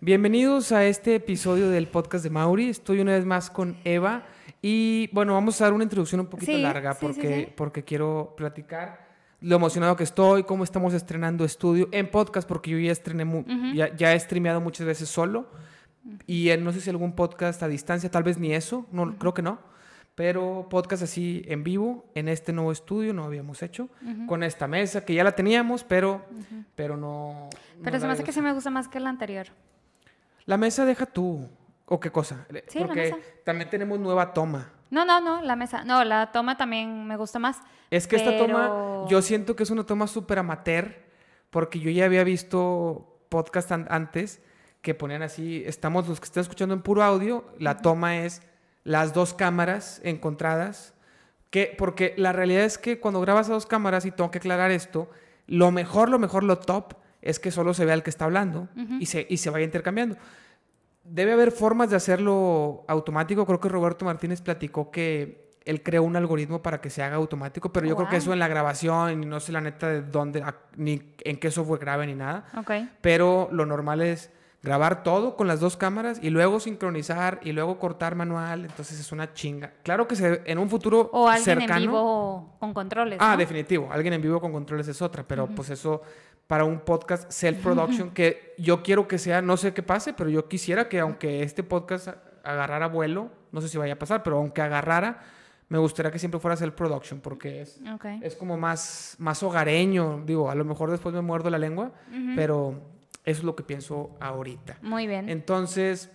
Bienvenidos a este episodio del podcast de Mauri. Estoy una vez más con Eva y bueno, vamos a dar una introducción un poquito larga porque quiero platicar lo emocionado que estoy, cómo estamos estrenando estudio en podcast, porque yo ya estrené, ya he streameado muchas veces solo y no sé si algún podcast a distancia, tal vez ni eso, no, creo que no. Pero podcast así en vivo, en este nuevo estudio, no habíamos hecho, con esta mesa, que ya la teníamos, pero no... Pero se me hace que sí me gusta más que la anterior. La mesa deja tú, ¿o qué cosa? Sí, porque la mesa. también tenemos nueva toma. No, la mesa. No, la toma también me gusta más. Es que esta toma, yo siento que es una toma súper amateur, porque yo ya había visto podcast antes que ponían así, estamos los que están escuchando en puro audio, la toma es... las dos cámaras encontradas, porque la realidad es que cuando grabas a dos cámaras, y tengo que aclarar esto, lo top, es que solo se vea el que está hablando y se vaya intercambiando. Debe haber formas de hacerlo automático. Creo que Roberto Martínez platicó que él creó un algoritmo para que se haga automático, pero yo creo que eso en la grabación, y no sé la neta de dónde, ni en qué software grabe ni nada. Okay. Pero lo normal es grabar todo con las dos cámaras y luego sincronizar y luego cortar manual. Entonces es una chinga. Claro que en un futuro cercano... O alguien en vivo con controles, ¿no? Definitivo. Alguien en vivo con controles es otra. Pero pues eso para un podcast self-production que yo quiero que sea... No sé qué pase, pero yo quisiera que aunque este podcast agarrara vuelo, no sé si vaya a pasar, pero aunque agarrara, me gustaría que siempre fuera self-production porque es como más hogareño. Digo, a lo mejor después me muerdo la lengua, pero... eso es lo que pienso ahorita. Muy bien. Entonces,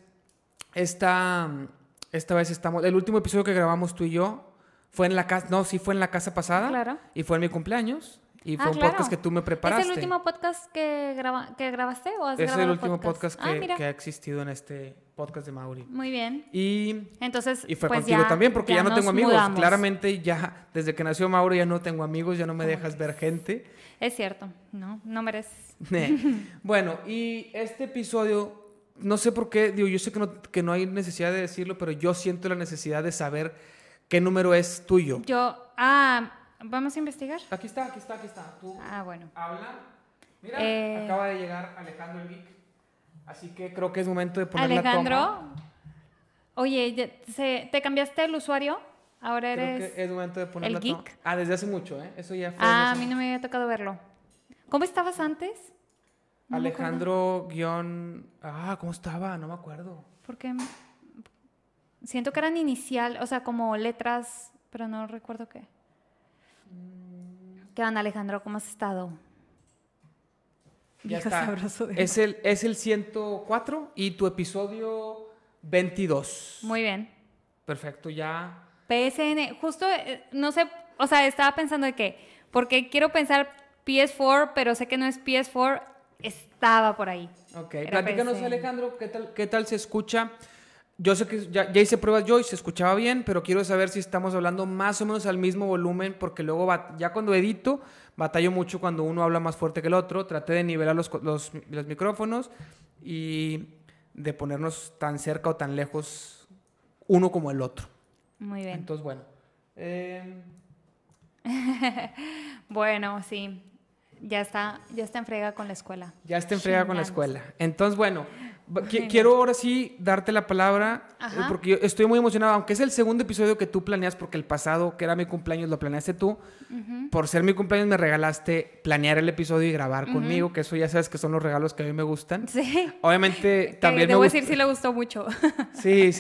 esta vez estamos... El último episodio que grabamos tú y yo fue en la casa... No, sí fue en la casa pasada. Claro. Y fue en mi cumpleaños. Y fue un podcast que tú me preparaste. ¿Es el último podcast que grabaste o has grabado? Es el último podcast que ha existido en este podcast de Mauri. Muy bien. Y fue pues contigo también, porque ya no tengo amigos. Mudamos. Claramente ya, desde que nació Mauri ya no tengo amigos, ya no me dejas ver gente. Es cierto, no mereces. Bueno, y este episodio, no sé por qué, digo, yo sé que no hay necesidad de decirlo, pero yo siento la necesidad de saber qué número es tuyo. ¿Vamos a investigar? Aquí está. Tú bueno. habla. Mira, acaba de llegar Alejandro el Geek, así que creo que es momento de poner la toma. Alejandro, oye, ¿te cambiaste el usuario? Ahora Creo eres que es momento de poner el la toma. Geek. Desde hace mucho, ¿eh? Eso ya fue. A mí no me había tocado verlo. ¿Cómo estabas antes? No Alejandro ¿cómo estaba? No me acuerdo. Porque siento que eran inicial, o sea, como letras, pero no recuerdo qué. ¿Qué onda, Alejandro? ¿Cómo has estado? Ya está. Es el 104 y tu episodio 22. Muy bien. Perfecto, ya. PSN, justo, no sé, o sea, estaba pensando de que, porque quiero pensar PS4, pero sé que no es PS4, estaba por ahí. Ok, platícanos, PSN. Alejandro, ¿qué tal se escucha? Yo sé que ya hice pruebas yo y se escuchaba bien, pero quiero saber si estamos hablando más o menos al mismo volumen, porque luego ya cuando edito, batallo mucho cuando uno habla más fuerte que el otro. Traté de nivelar los micrófonos y de ponernos tan cerca o tan lejos uno como el otro. Muy bien. Entonces, bueno. Bueno, sí. Ya está en frega con la escuela. Ya está en frega con la escuela. Entonces, bueno, quiero ahora sí darte la palabra, porque yo estoy muy emocionado, aunque es el segundo episodio que tú planeas, porque el pasado, que era mi cumpleaños, lo planeaste tú. Por ser mi cumpleaños me regalaste planear el episodio y grabar conmigo, que eso ya sabes que son los regalos que a mí me gustan. Sí. Obviamente también debo decir, sí le gustó mucho. Sí.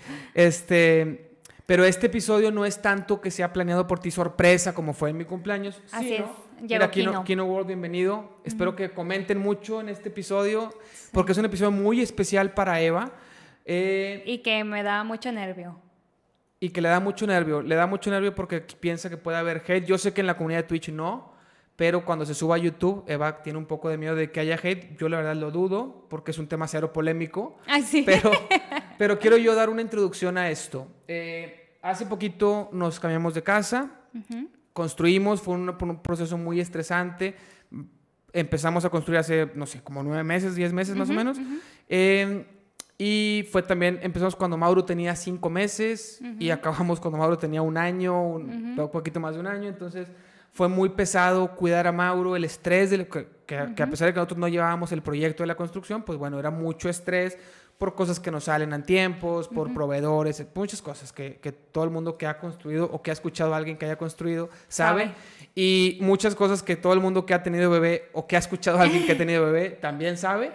Pero este episodio no es tanto que sea planeado por ti sorpresa como fue en mi cumpleaños. Así ¿no? es. Mira, Kino World, bienvenido. Espero que comenten mucho en este episodio, porque es un episodio muy especial para Eva. Y que me da mucho nervio. Y que le da mucho nervio. Le da mucho nervio porque piensa que puede haber hate. Yo sé que en la comunidad de Twitch no, pero cuando se suba a YouTube, Eva tiene un poco de miedo de que haya hate. Yo la verdad lo dudo, porque es un tema cero polémico. Ay, sí. Pero quiero yo dar una introducción a esto. Hace poquito nos cambiamos de casa, construimos, fue un proceso muy estresante. Empezamos a construir hace, no sé, como 9 meses, 10 meses más o menos. Y fue también, empezamos cuando Mauro tenía 5 meses y acabamos cuando Mauro tenía 1 año, un poquito más de 1 año. Entonces fue muy pesado cuidar a Mauro, el estrés, que a pesar de que nosotros no llevábamos el proyecto de la construcción, pues bueno, era mucho estrés por cosas que no salen en tiempos, por proveedores, muchas cosas que todo el mundo que ha construido o que ha escuchado a alguien que haya construido sabe. Y muchas cosas que todo el mundo que ha tenido bebé o que ha escuchado a alguien que ha tenido bebé también sabe.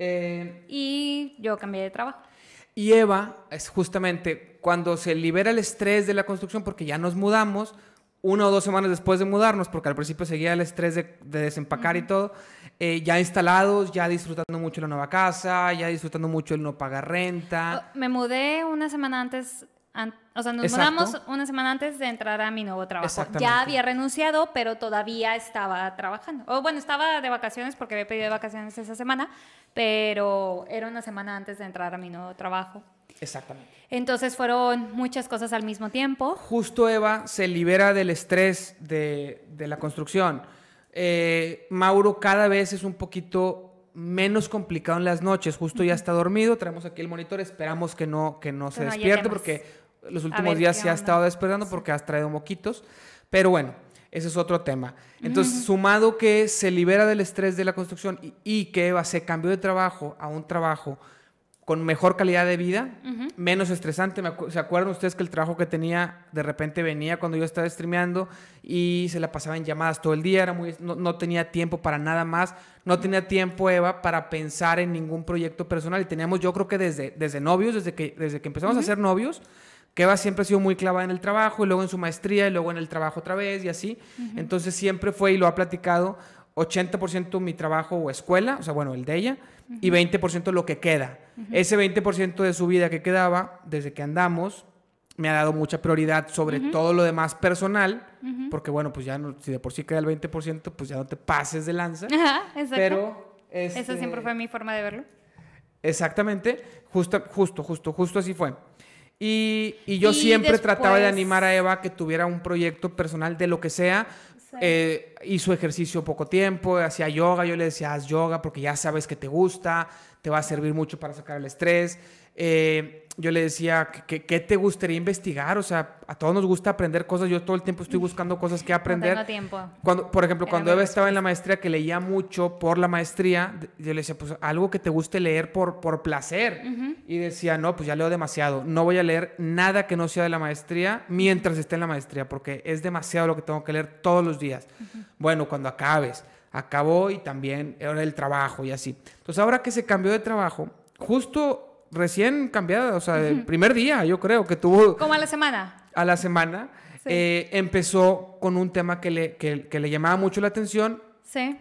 Y yo cambié de trabajo. Y Eva es justamente cuando se libera el estrés de la construcción, porque ya nos mudamos, 1 o 2 semanas después de mudarnos, porque al principio seguía el estrés de desempacar y todo, ya instalados, ya disfrutando mucho la nueva casa, ya disfrutando mucho el no pagar renta. Me mudé una semana antes, o sea, nos mudamos una semana antes de entrar a mi nuevo trabajo. Ya había renunciado, pero todavía estaba trabajando. O bueno, estaba de vacaciones porque había pedido de vacaciones esa semana, pero era una semana antes de entrar a mi nuevo trabajo. Exactamente. Entonces fueron muchas cosas al mismo tiempo. Justo Eva se libera del estrés de la construcción. Mauro cada vez es un poquito menos complicado en las noches. Justo ya está dormido, traemos aquí el monitor, esperamos que no se despierte porque los últimos días se ha estado despertando porque has traído moquitos. Pero bueno, ese es otro tema. Entonces, sumado que se libera del estrés de la construcción y que Eva se cambió de trabajo a un trabajo con mejor calidad de vida, menos estresante. ¿Se acuerdan ustedes que el trabajo que tenía de repente venía cuando yo estaba streameando y se la pasaba en llamadas todo el día? No tenía tiempo para nada más. No tenía tiempo, Eva, para pensar en ningún proyecto personal. Y teníamos, yo creo que desde novios, desde que empezamos a ser novios, que Eva siempre ha sido muy clavada en el trabajo y luego en su maestría y luego en el trabajo otra vez y así. Entonces siempre fue, y lo ha platicado, 80% mi trabajo o escuela, o sea, bueno, el de ella, y 20% lo que queda. Ese 20% de su vida que quedaba, desde que andamos, me ha dado mucha prioridad sobre todo lo demás personal, porque bueno, pues ya no, si de por sí queda el 20%, pues ya no te pases de lanza. Ajá, exacto. Pero esa siempre fue mi forma de verlo. Exactamente, justo así fue. Y yo siempre trataba de animar a Eva que tuviera un proyecto personal de lo que sea. Hizo ejercicio poco tiempo, hacía yoga. Yo le decía, haz yoga porque ya sabes que te gusta, te va a servir mucho para sacar el estrés. Yo le decía, ¿qué te gustaría investigar? O sea, a todos nos gusta aprender cosas. Yo todo el tiempo estoy buscando cosas que aprender. No tengo tiempo. Por ejemplo, cuando Eva estaba en la maestría, que leía mucho por la maestría, yo le decía, pues algo que te guste leer por placer. Y decía, no, pues ya leo demasiado. No voy a leer nada que no sea de la maestría mientras esté en la maestría, porque es demasiado lo que tengo que leer todos los días. Bueno, cuando acabó y también era el trabajo y así. Entonces, ahora que se cambió de trabajo, justo recién cambiada, o sea, el primer día, yo creo que tuvo... ¿Cómo a la semana? A la semana. Sí. Empezó con un tema que le llamaba mucho la atención. Sí.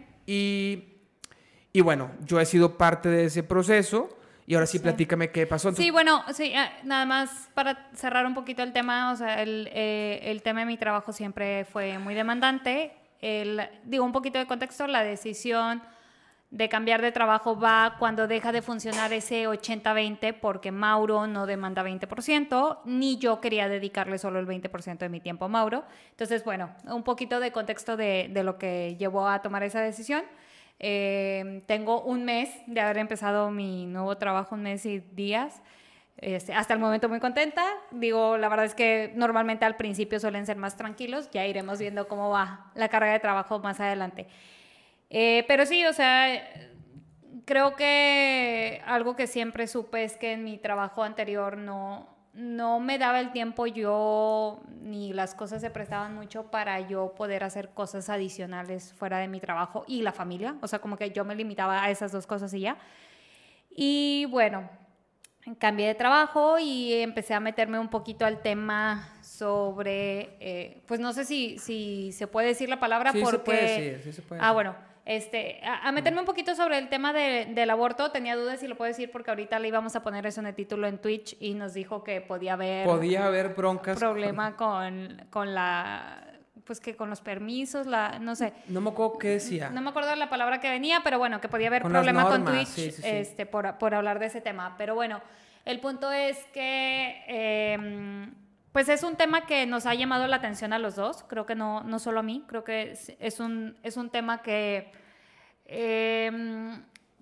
Y bueno, yo he sido parte de ese proceso. Y ahora sí, platícame qué pasó. Entonces, sí, bueno, sí, nada más para cerrar un poquito el tema, o sea, el tema de mi trabajo siempre fue muy demandante. Digo, un poquito de contexto, la decisión de cambiar de trabajo va cuando deja de funcionar ese 80-20 porque Mauro no demanda 20%, ni yo quería dedicarle solo el 20% de mi tiempo a Mauro. Entonces, bueno, un poquito de contexto de lo que llevó a tomar esa decisión. Tengo 1 mes de haber empezado mi nuevo trabajo, 1 mes y días. Hasta el momento muy contenta. Digo, la verdad es que normalmente al principio suelen ser más tranquilos. Ya iremos viendo cómo va la carga de trabajo más adelante. Pero sí, o sea, creo que algo que siempre supe es que en mi trabajo anterior no me daba el tiempo yo, ni las cosas se prestaban mucho para yo poder hacer cosas adicionales fuera de mi trabajo y la familia. O sea, como que yo me limitaba a esas 2 cosas y ya. Y bueno, cambié de trabajo y empecé a meterme un poquito al tema sobre, pues no sé si se puede decir la palabra sí, porque... se puede decir, sí se puede decir. bueno, a meterme un poquito sobre el tema del aborto. Tenía dudas si lo puedo decir porque ahorita le íbamos a poner eso en el título en Twitch y nos dijo que podía haber broncas. Problema con la... Pues que con los permisos, no sé. No me acuerdo qué decía. No me acuerdo de la palabra que venía, pero bueno, que podía haber problema con Twitch sí. Por hablar de ese tema. Pero bueno, el punto es que... pues es un tema que nos ha llamado la atención a los dos, creo que no solo a mí, creo que es un tema que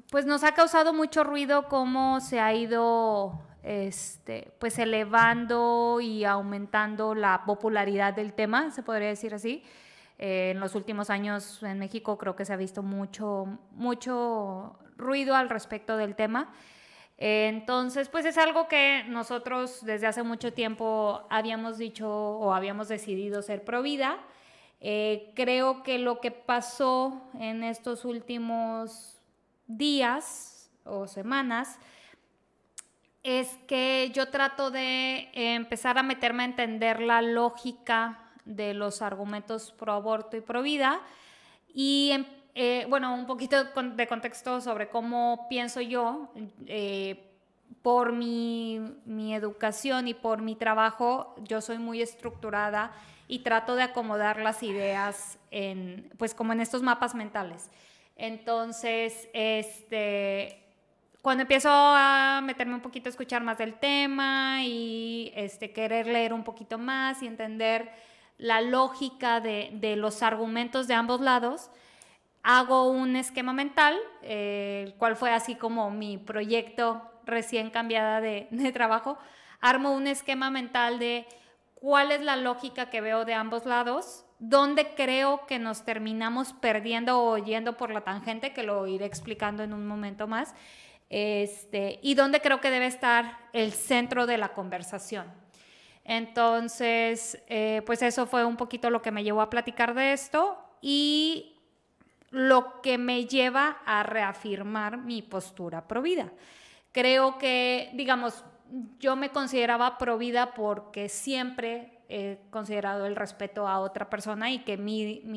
pues nos ha causado mucho ruido cómo se ha ido pues elevando y aumentando la popularidad del tema, se podría decir así. En los últimos años en México creo que se ha visto mucho ruido al respecto del tema. Entonces, pues es algo que nosotros desde hace mucho tiempo habíamos dicho o habíamos decidido ser pro vida. Creo que lo que pasó en estos últimos días o semanas es que yo trato de empezar a meterme a entender la lógica de los argumentos pro aborto y pro vida y bueno, un poquito de contexto sobre cómo pienso yo. Por mi educación y por mi trabajo, yo soy muy estructurada y trato de acomodar las ideas pues como en estos mapas mentales. Entonces, cuando empiezo a meterme un poquito a escuchar más del tema y querer leer un poquito más y entender la lógica de los argumentos de ambos lados, hago un esquema mental, el cual fue así como mi proyecto recién cambiada de trabajo. Armo un esquema mental de cuál es la lógica que veo de ambos lados, dónde creo que nos terminamos perdiendo o yendo por la tangente, que lo iré explicando en un momento más, y dónde creo que debe estar el centro de la conversación. Entonces, pues eso fue un poquito lo que me llevó a platicar de esto y lo que me lleva a reafirmar mi postura pro vida. Creo que, digamos, yo me consideraba pro vida porque siempre he considerado el respeto a otra persona y que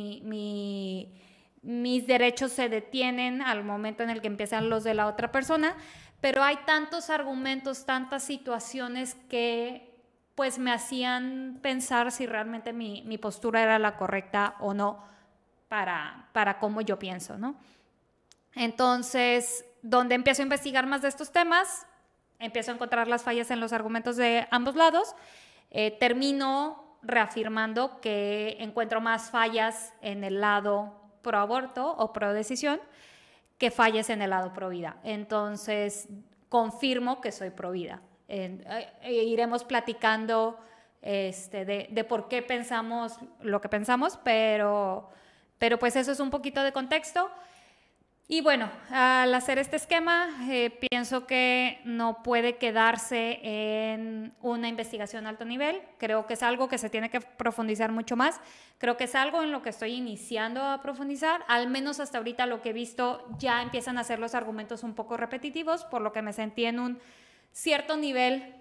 mis derechos se detienen al momento en el que empiezan los de la otra persona, pero hay tantos argumentos, tantas situaciones que pues me hacían pensar si realmente mi postura era la correcta o no para cómo yo pienso, ¿no? Entonces, donde empiezo a investigar más de estos temas, empiezo a encontrar las fallas en los argumentos de ambos lados, termino reafirmando que encuentro más fallas en el lado pro aborto o pro decisión que fallas en el lado pro vida. Entonces, confirmo que soy pro vida. Iremos platicando de por qué pensamos lo que pensamos, pero pues eso es un poquito de contexto. Y bueno, al hacer este esquema, pienso que no puede quedarse en una investigación a alto nivel. Creo que es algo que se tiene que profundizar mucho más. Creo que es algo en lo que estoy iniciando a profundizar. Al menos hasta ahorita lo que he visto, ya empiezan a ser los argumentos un poco repetitivos, por lo que me sentí en un cierto nivel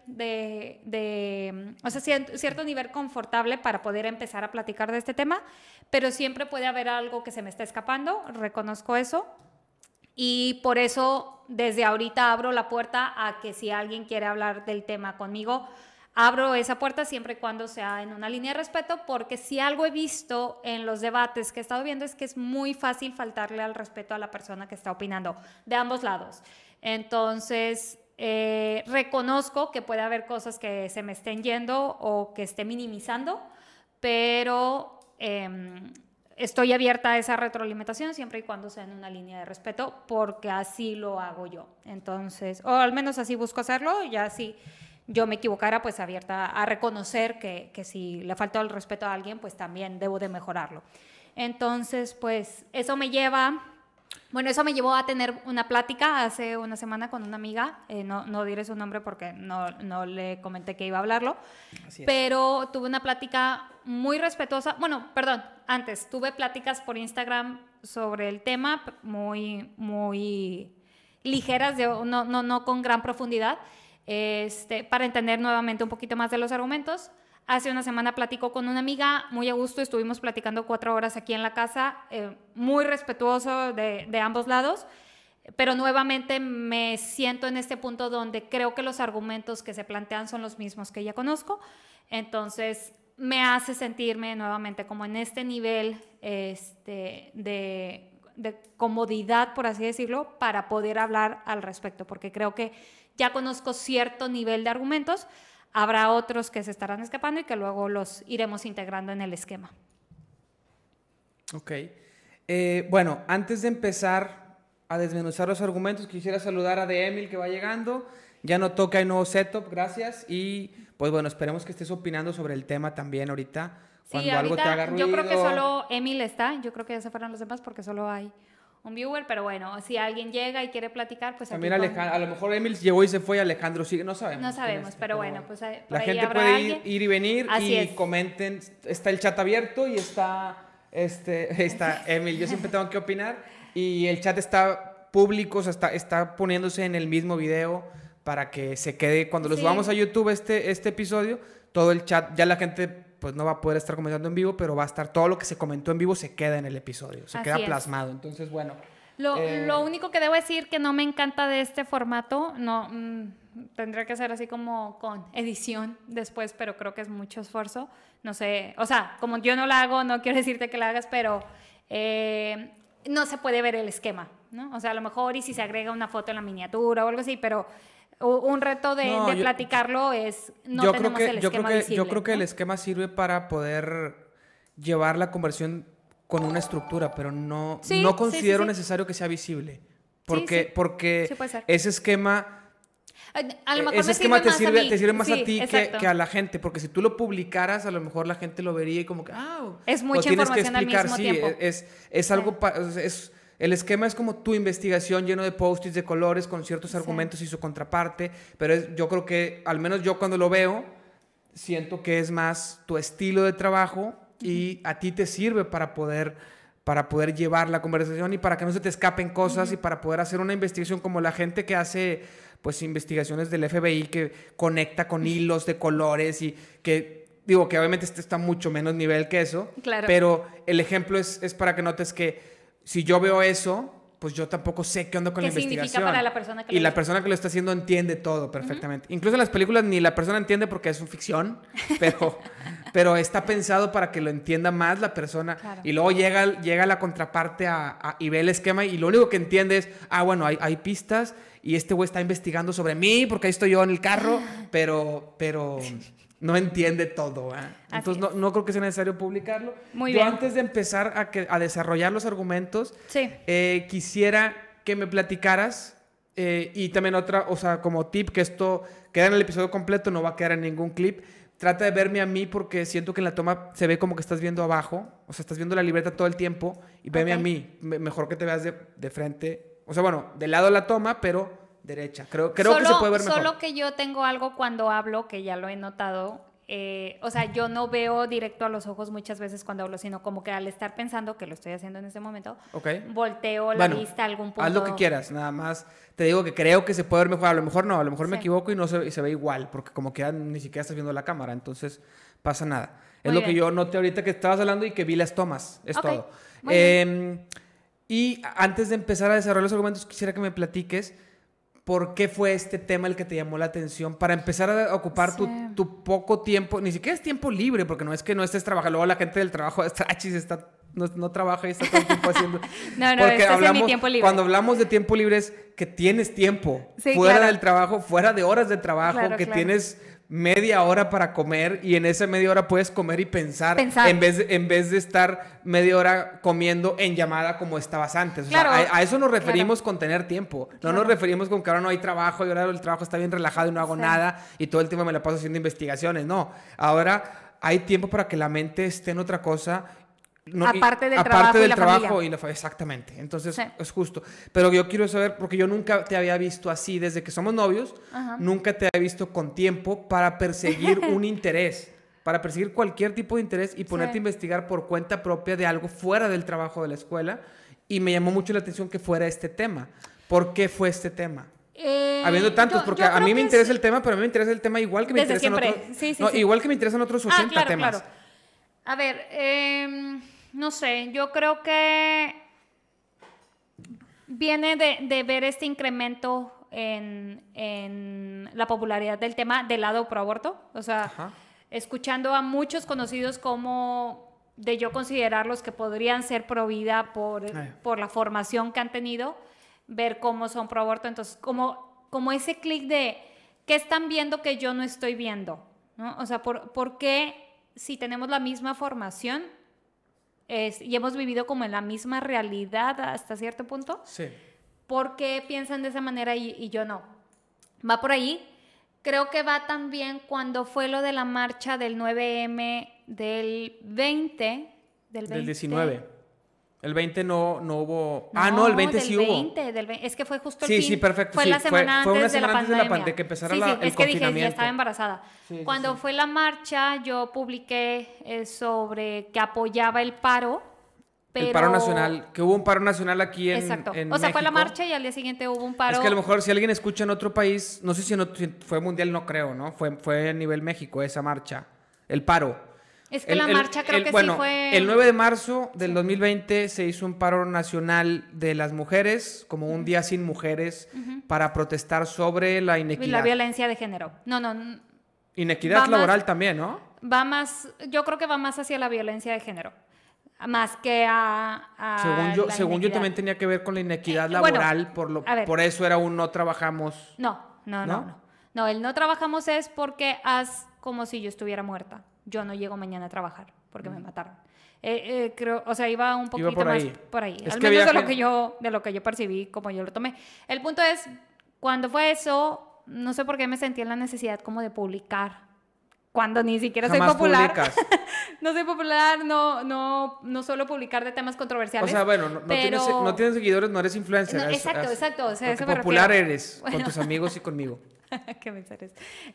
cierto nivel confortable para poder empezar a platicar de este tema, pero siempre puede haber algo que se me está escapando, reconozco eso. Y por eso desde ahorita abro la puerta a que si alguien quiere hablar del tema conmigo, abro esa puerta siempre y cuando sea en una línea de respeto, porque si algo he visto en los debates que he estado viendo es que es muy fácil faltarle al respeto a la persona que está opinando, de ambos lados. Entonces, reconozco que puede haber cosas que se me estén yendo o que esté minimizando, pero estoy abierta a esa retroalimentación siempre y cuando sea en una línea de respeto, porque así lo hago yo. Entonces, o al menos así busco hacerlo, ya si yo me equivocara, pues abierta a reconocer que si le falta el respeto a alguien, pues también debo de mejorarlo. Entonces, pues eso me llevó a tener una plática hace una semana con una amiga, no diré su nombre porque no le comenté que iba a hablarlo, pero tuve una plática muy respetuosa, antes tuve pláticas por Instagram sobre el tema, muy ligeras, no con gran profundidad, para entender nuevamente un poquito más de los argumentos. Hace una semana platicó con una amiga, muy a gusto, estuvimos platicando 4 horas aquí en la casa, muy respetuoso de ambos lados, pero nuevamente me siento en este punto donde creo que los argumentos que se plantean son los mismos que ya conozco, entonces me hace sentirme nuevamente como en este nivel de comodidad, por así decirlo, para poder hablar al respecto, porque creo que ya conozco cierto nivel de argumentos. Habrá otros que se estarán escapando y que luego los iremos integrando en el esquema. Ok. Bueno, antes de empezar a desmenuzar los argumentos. Quisiera saludar a The Emil que va llegando. Ya notó que hay nuevo setup, gracias. Y pues bueno, esperemos que estés opinando sobre el tema también ahorita. Cuando Sí, algo te haga ruido. yo creo que solo Emil está. Yo creo que ya se fueron los demás porque solo hay un viewer. Pero bueno, si alguien llega y quiere platicar, pues también Alejandro, a lo mejor Emil llegó y se fue y Alejandro sigue, no sabemos. No sabemos, pero bueno, pues por la ahí gente habrá puede alguien. ir y venir. Así y es. comenten. Está el chat abierto y está Emil. Yo siempre tengo que opinar y el chat está público, o sea, está poniéndose en el mismo video para que se quede cuando lo subamos a YouTube este episodio, todo el chat, ya la gente pues no va a poder estar comentando en vivo, pero va a estar todo lo que se comentó en vivo se queda en el episodio, se queda plasmado. Entonces, bueno, lo único que debo decir que no me encanta de este formato, no tendría que ser así como con edición después, pero creo que es mucho esfuerzo. No sé, o sea, como yo no la hago, no quiero decirte que la hagas, pero no se puede ver el esquema, ¿no? O sea, a lo mejor y si se agrega una foto en la miniatura o algo así, pero un reto de platicarlo es no tenemos el esquema visible. Yo creo que el esquema sirve para poder llevar la conversión con una estructura, pero no considero necesario que sea visible. Porque ese esquema... A lo mejor ese esquema te sirve más a ti exacto. que a la gente, porque si tú lo publicaras, a lo mejor la gente lo vería y como que, es mucha información al mismo tiempo. Es algo, el esquema es como tu investigación lleno de post-its de colores con ciertos argumentos y su contraparte, pero yo creo que, al menos yo cuando lo veo, siento que es más tu estilo de trabajo y a ti te sirve para poder llevar la conversación y para que no se te escapen cosas y para poder hacer una investigación como la gente que hace pues investigaciones del FBI que conecta con hilos de colores y que digo que obviamente este está mucho menos nivel que eso, claro. Pero el ejemplo es para que notes que si yo veo eso, pues yo tampoco sé qué onda con la investigación. ¿Qué significa para la persona que la persona que lo está haciendo entiende todo perfectamente. Incluso en las películas ni la persona entiende porque es ficción, pero está pensado para que lo entienda más la persona. Claro. Y luego llega la contraparte y ve el esquema y lo único que entiende es, bueno, hay pistas y este güey está investigando sobre mí porque ahí estoy yo en el carro, pero no entiende todo. Entonces no creo que sea necesario publicarlo. Muy bien. Antes de empezar a desarrollar los argumentos, sí. Quisiera que me platicaras y también otra, o sea, como tip, que esto queda en el episodio completo, no va a quedar en ningún clip. Trata de verme a mí porque siento que en la toma se ve como que estás viendo abajo, o sea, estás viendo la libreta todo el tiempo y veme a mí. Mejor que te veas de frente, o sea, bueno, de lado de la toma, pero derecha. Creo que se puede ver mejor. Solo que yo tengo algo cuando hablo, que ya lo he notado. O sea, yo no veo directo a los ojos muchas veces cuando hablo, sino como que al estar pensando, que lo estoy haciendo en este momento, volteo la vista a algún punto. Haz lo que quieras, nada más te digo que creo que se puede ver mejor. A lo mejor no, a lo mejor me equivoco y se ve igual, porque como que ni siquiera estás viendo la cámara, entonces pasa nada. Es lo que yo noté ahorita que estabas hablando y que vi las tomas, es todo. Y antes de empezar a desarrollar los argumentos, quisiera que me platiques ¿por qué fue este tema el que te llamó la atención? Para empezar a ocupar tu poco tiempo, ni siquiera es tiempo libre, porque no es que no estés trabajando. Luego la gente del trabajo no trabaja y está todo el tiempo haciendo. No, es mi tiempo libre. Cuando hablamos de tiempo libre es que tienes tiempo fuera del trabajo, fuera de horas de trabajo, tienes media hora para comer y en esa media hora puedes comer y pensar. En vez de estar media hora comiendo en llamada como estabas antes. O sea, a eso nos referimos con tener tiempo. No nos referimos con que ahora no hay trabajo y ahora el trabajo está bien relajado y no hago nada y todo el tiempo me la paso haciendo investigaciones. No, ahora hay tiempo para que la mente esté en otra cosa. Aparte del trabajo y la familia. Exactamente. Entonces es justo. Pero yo quiero saber, porque yo nunca te había visto así desde que somos novios, nunca te había visto con tiempo para perseguir un interés, para perseguir cualquier tipo de interés y ponerte a investigar por cuenta propia de algo fuera del trabajo de la escuela. Y me llamó mucho la atención que fuera este tema. ¿Por qué fue este tema? Habiendo tantos, porque a mí me interesa el tema, pero a mí me interesa el tema igual que me interesan otros. Igual que me interesan otros 80 temas. Claro. A ver, no sé, yo creo que viene de ver este incremento en la popularidad del tema del lado pro aborto. O sea, escuchando a muchos conocidos como de yo considerarlos que podrían ser pro vida por la formación que han tenido, ver cómo son pro aborto. Entonces, como ese clic de ¿qué están viendo que yo no estoy viendo? ¿No? O sea, ¿por qué si tenemos la misma formación y hemos vivido como en la misma realidad hasta cierto punto? Sí. por qué piensan de esa manera y yo no. Va por ahí. Creo que va también cuando fue lo de la marcha del 9M del 20. Del 19. El 20 no hubo... no, el 20 sí hubo. Del 20, es que fue justo el Sí, fin. sí, perfecto. Fue sí, la semana fue una antes de la semana antes pandemia. de que empezara sí, el es que confinamiento. dije, ya estaba embarazada. Sí, Cuando fue la marcha, yo publiqué sobre que apoyaba el paro, pero... El paro nacional, que hubo un paro nacional aquí en Exacto. en o sea, fue la México. marcha y al día siguiente hubo un paro. Es que a lo mejor si alguien escucha en otro país, no sé si fue mundial, no creo, ¿no? Fue a nivel México esa marcha, el paro. Es que la marcha creo que bueno, sí fue... el 9 de marzo del 2020 se hizo un paro nacional de las mujeres, como un día sin mujeres, para protestar sobre la inequidad. La violencia de género. No. Inequidad laboral también, ¿no? Va más, yo creo que va más hacia la violencia de género. Más que Según yo también tenía que ver con la inequidad laboral, por eso era un no trabajamos. No, el no trabajamos es porque haz como si yo estuviera muerta. Yo no llego mañana a trabajar porque me mataron. Creo, o sea, iba un poquito más por ahí. Al menos de lo que yo percibí, como yo lo tomé. El punto es, cuando fue eso, no sé por qué me sentí en la necesidad como de publicar. Cuando ni siquiera soy popular. No soy popular, no suelo publicar de temas controversiales. O sea, bueno, no tienes seguidores, no eres influencer. Exacto. O sea, eso me popular refiero. eres, con tus amigos y conmigo. Qué mensajes.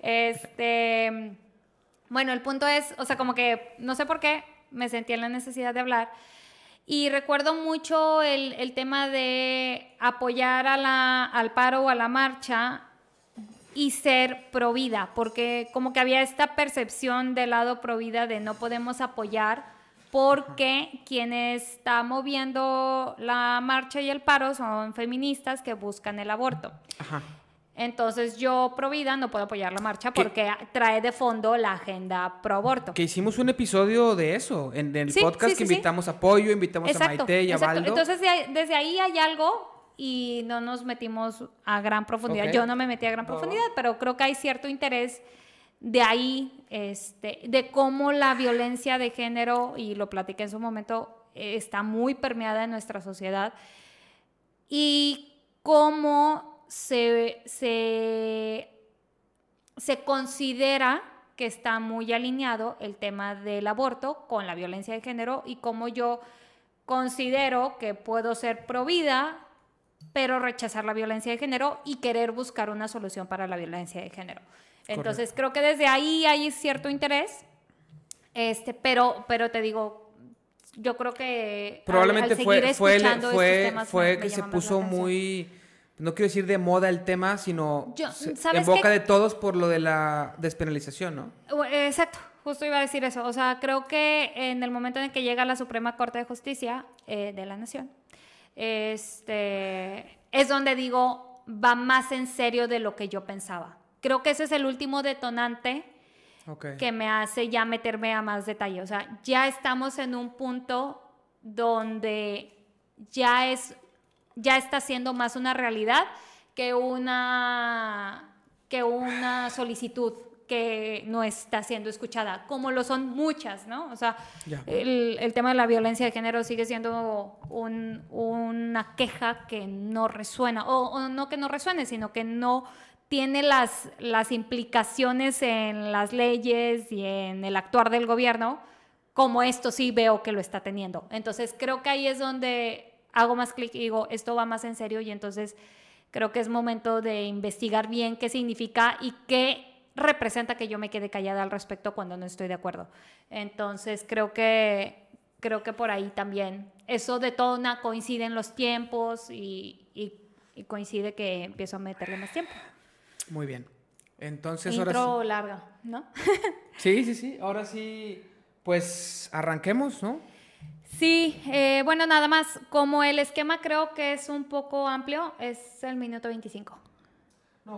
Bueno, el punto es, o sea, como que no sé por qué me sentí en la necesidad de hablar. Y recuerdo mucho el tema de apoyar al paro o a la marcha y ser provida, porque como que había esta percepción del lado provida de no podemos apoyar porque quien está moviendo la marcha y el paro son feministas que buscan el aborto. Ajá. Entonces yo, provida, no puedo apoyar la marcha porque trae de fondo la agenda pro aborto. Que hicimos un episodio de eso, en el podcast que invitamos a Pollo, invitamos a Maite y a Baldo. Entonces desde ahí hay algo y no nos metimos a gran profundidad. Yo no me metí a gran profundidad, pero creo que hay cierto interés de ahí, de cómo la violencia de género, y lo platiqué en su momento, está muy permeada en nuestra sociedad y cómo se considera que está muy alineado el tema del aborto con la violencia de género y cómo yo considero que puedo ser provida pero rechazar la violencia de género y querer buscar una solución para la violencia de género. Entonces, creo que desde ahí hay cierto interés, pero te digo, yo creo que probablemente al seguir escuchando estos temas fue que se puso muy, no quiero decir de moda el tema, sino en boca de todos por lo de la despenalización, ¿no? Exacto, justo iba a decir eso. O sea, creo que en el momento en el que llega la Suprema Corte de Justicia de la Nación, es donde digo, va más en serio de lo que yo pensaba. Creo que ese es el último detonante que me hace ya meterme a más detalle. O sea, ya estamos en un punto donde ya está siendo más una realidad que una solicitud que no está siendo escuchada, como lo son muchas, ¿no? O sea, el tema de la violencia de género sigue siendo una queja que no resuena, o no que no resuene, sino que no tiene las implicaciones en las leyes y en el actuar del gobierno, como esto sí veo que lo está teniendo. Entonces, creo que ahí es donde hago más clic y digo, esto va más en serio, y entonces creo que es momento de investigar bien qué significa y qué representa que yo me quede callada al respecto cuando no estoy de acuerdo. Entonces, creo que por ahí también eso detona, coinciden los tiempos y coincide que empiezo a meterle más tiempo. Muy bien. Entonces, intro ahora sí. larga, ¿no? Sí. Ahora sí, pues arranquemos, ¿no? Sí, bueno, nada más, como el esquema creo que es un poco amplio, es el minuto 25. No,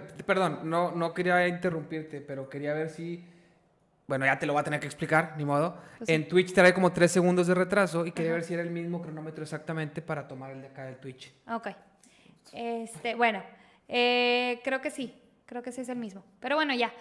no quería interrumpirte, pero quería ver si... Bueno, ya te lo voy a tener que explicar, ni modo. Pues en Twitch trae como 3 segundos de retraso y quería ver si era el mismo cronómetro exactamente para tomar el de acá del Twitch. Ok. Bueno, creo que sí es el mismo. Pero bueno, ya.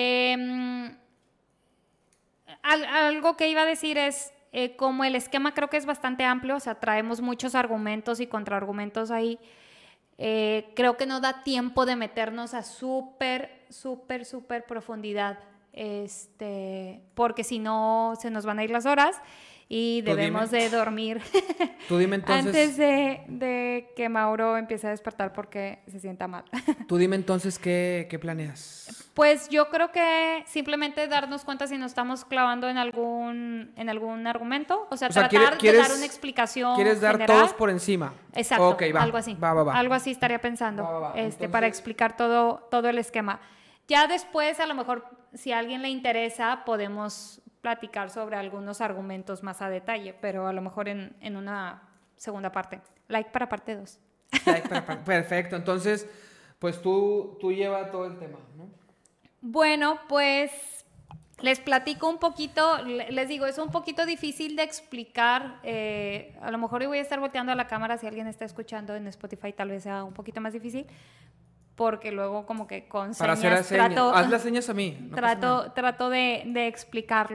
Algo que iba a decir es, como el esquema creo que es bastante amplio, o sea, traemos muchos argumentos y contraargumentos ahí. Creo que no da tiempo de meternos a súper profundidad, porque si no se nos van a ir las horas y debemos de dormir Tú dime entonces, antes de que Mauro empiece a despertar porque se sienta mal. Tú dime entonces qué planeas. Pues yo creo que simplemente darnos cuenta si nos estamos clavando en algún argumento, o sea, tratar de dar una explicación ¿Quieres dar general. todos por encima? Exacto, Okay, va, algo así. Va. Algo así estaría pensando, Va. Entonces, para explicar todo el esquema. Ya después, a lo mejor, si a alguien le interesa, podemos platicar sobre algunos argumentos más a detalle, pero a lo mejor en una segunda parte. Like para parte 2. Perfecto, entonces, pues tú lleva todo el tema, ¿no? Bueno, pues les platico un poquito, les digo, es un poquito difícil de explicar, a lo mejor voy a estar volteando a la cámara, si alguien está escuchando en Spotify tal vez sea un poquito más difícil, porque luego como que con para señas hacer trato... Haz las señas a mí. No trato de explicarlo.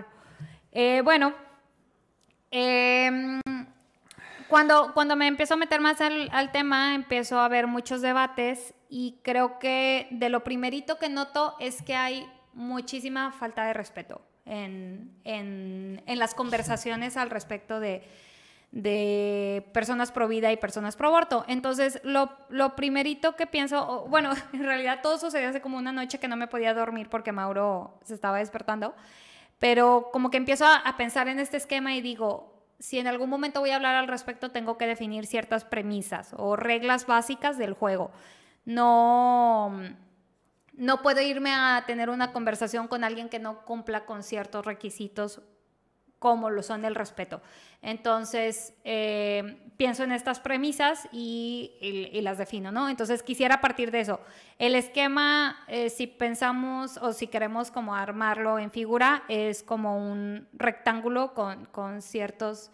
Cuando me empiezo a meter más al tema, empiezo a ver muchos debates y creo que de lo primerito que noto es que hay muchísima falta de respeto en las conversaciones al respecto de personas pro vida y personas pro aborto. Entonces, lo primerito que pienso, bueno, en realidad todo sucedió hace como una noche que no me podía dormir porque Mauro se estaba despertando, pero como que empiezo a pensar en este esquema y digo, si en algún momento voy a hablar al respecto, tengo que definir ciertas premisas o reglas básicas del juego. No puedo irme a tener una conversación con alguien que no cumpla con ciertos requisitos como lo son el respeto. Entonces, pienso en estas premisas y las defino, ¿no? Entonces, quisiera partir de eso. El esquema, si pensamos o si queremos como armarlo en figura, es como un rectángulo con ciertas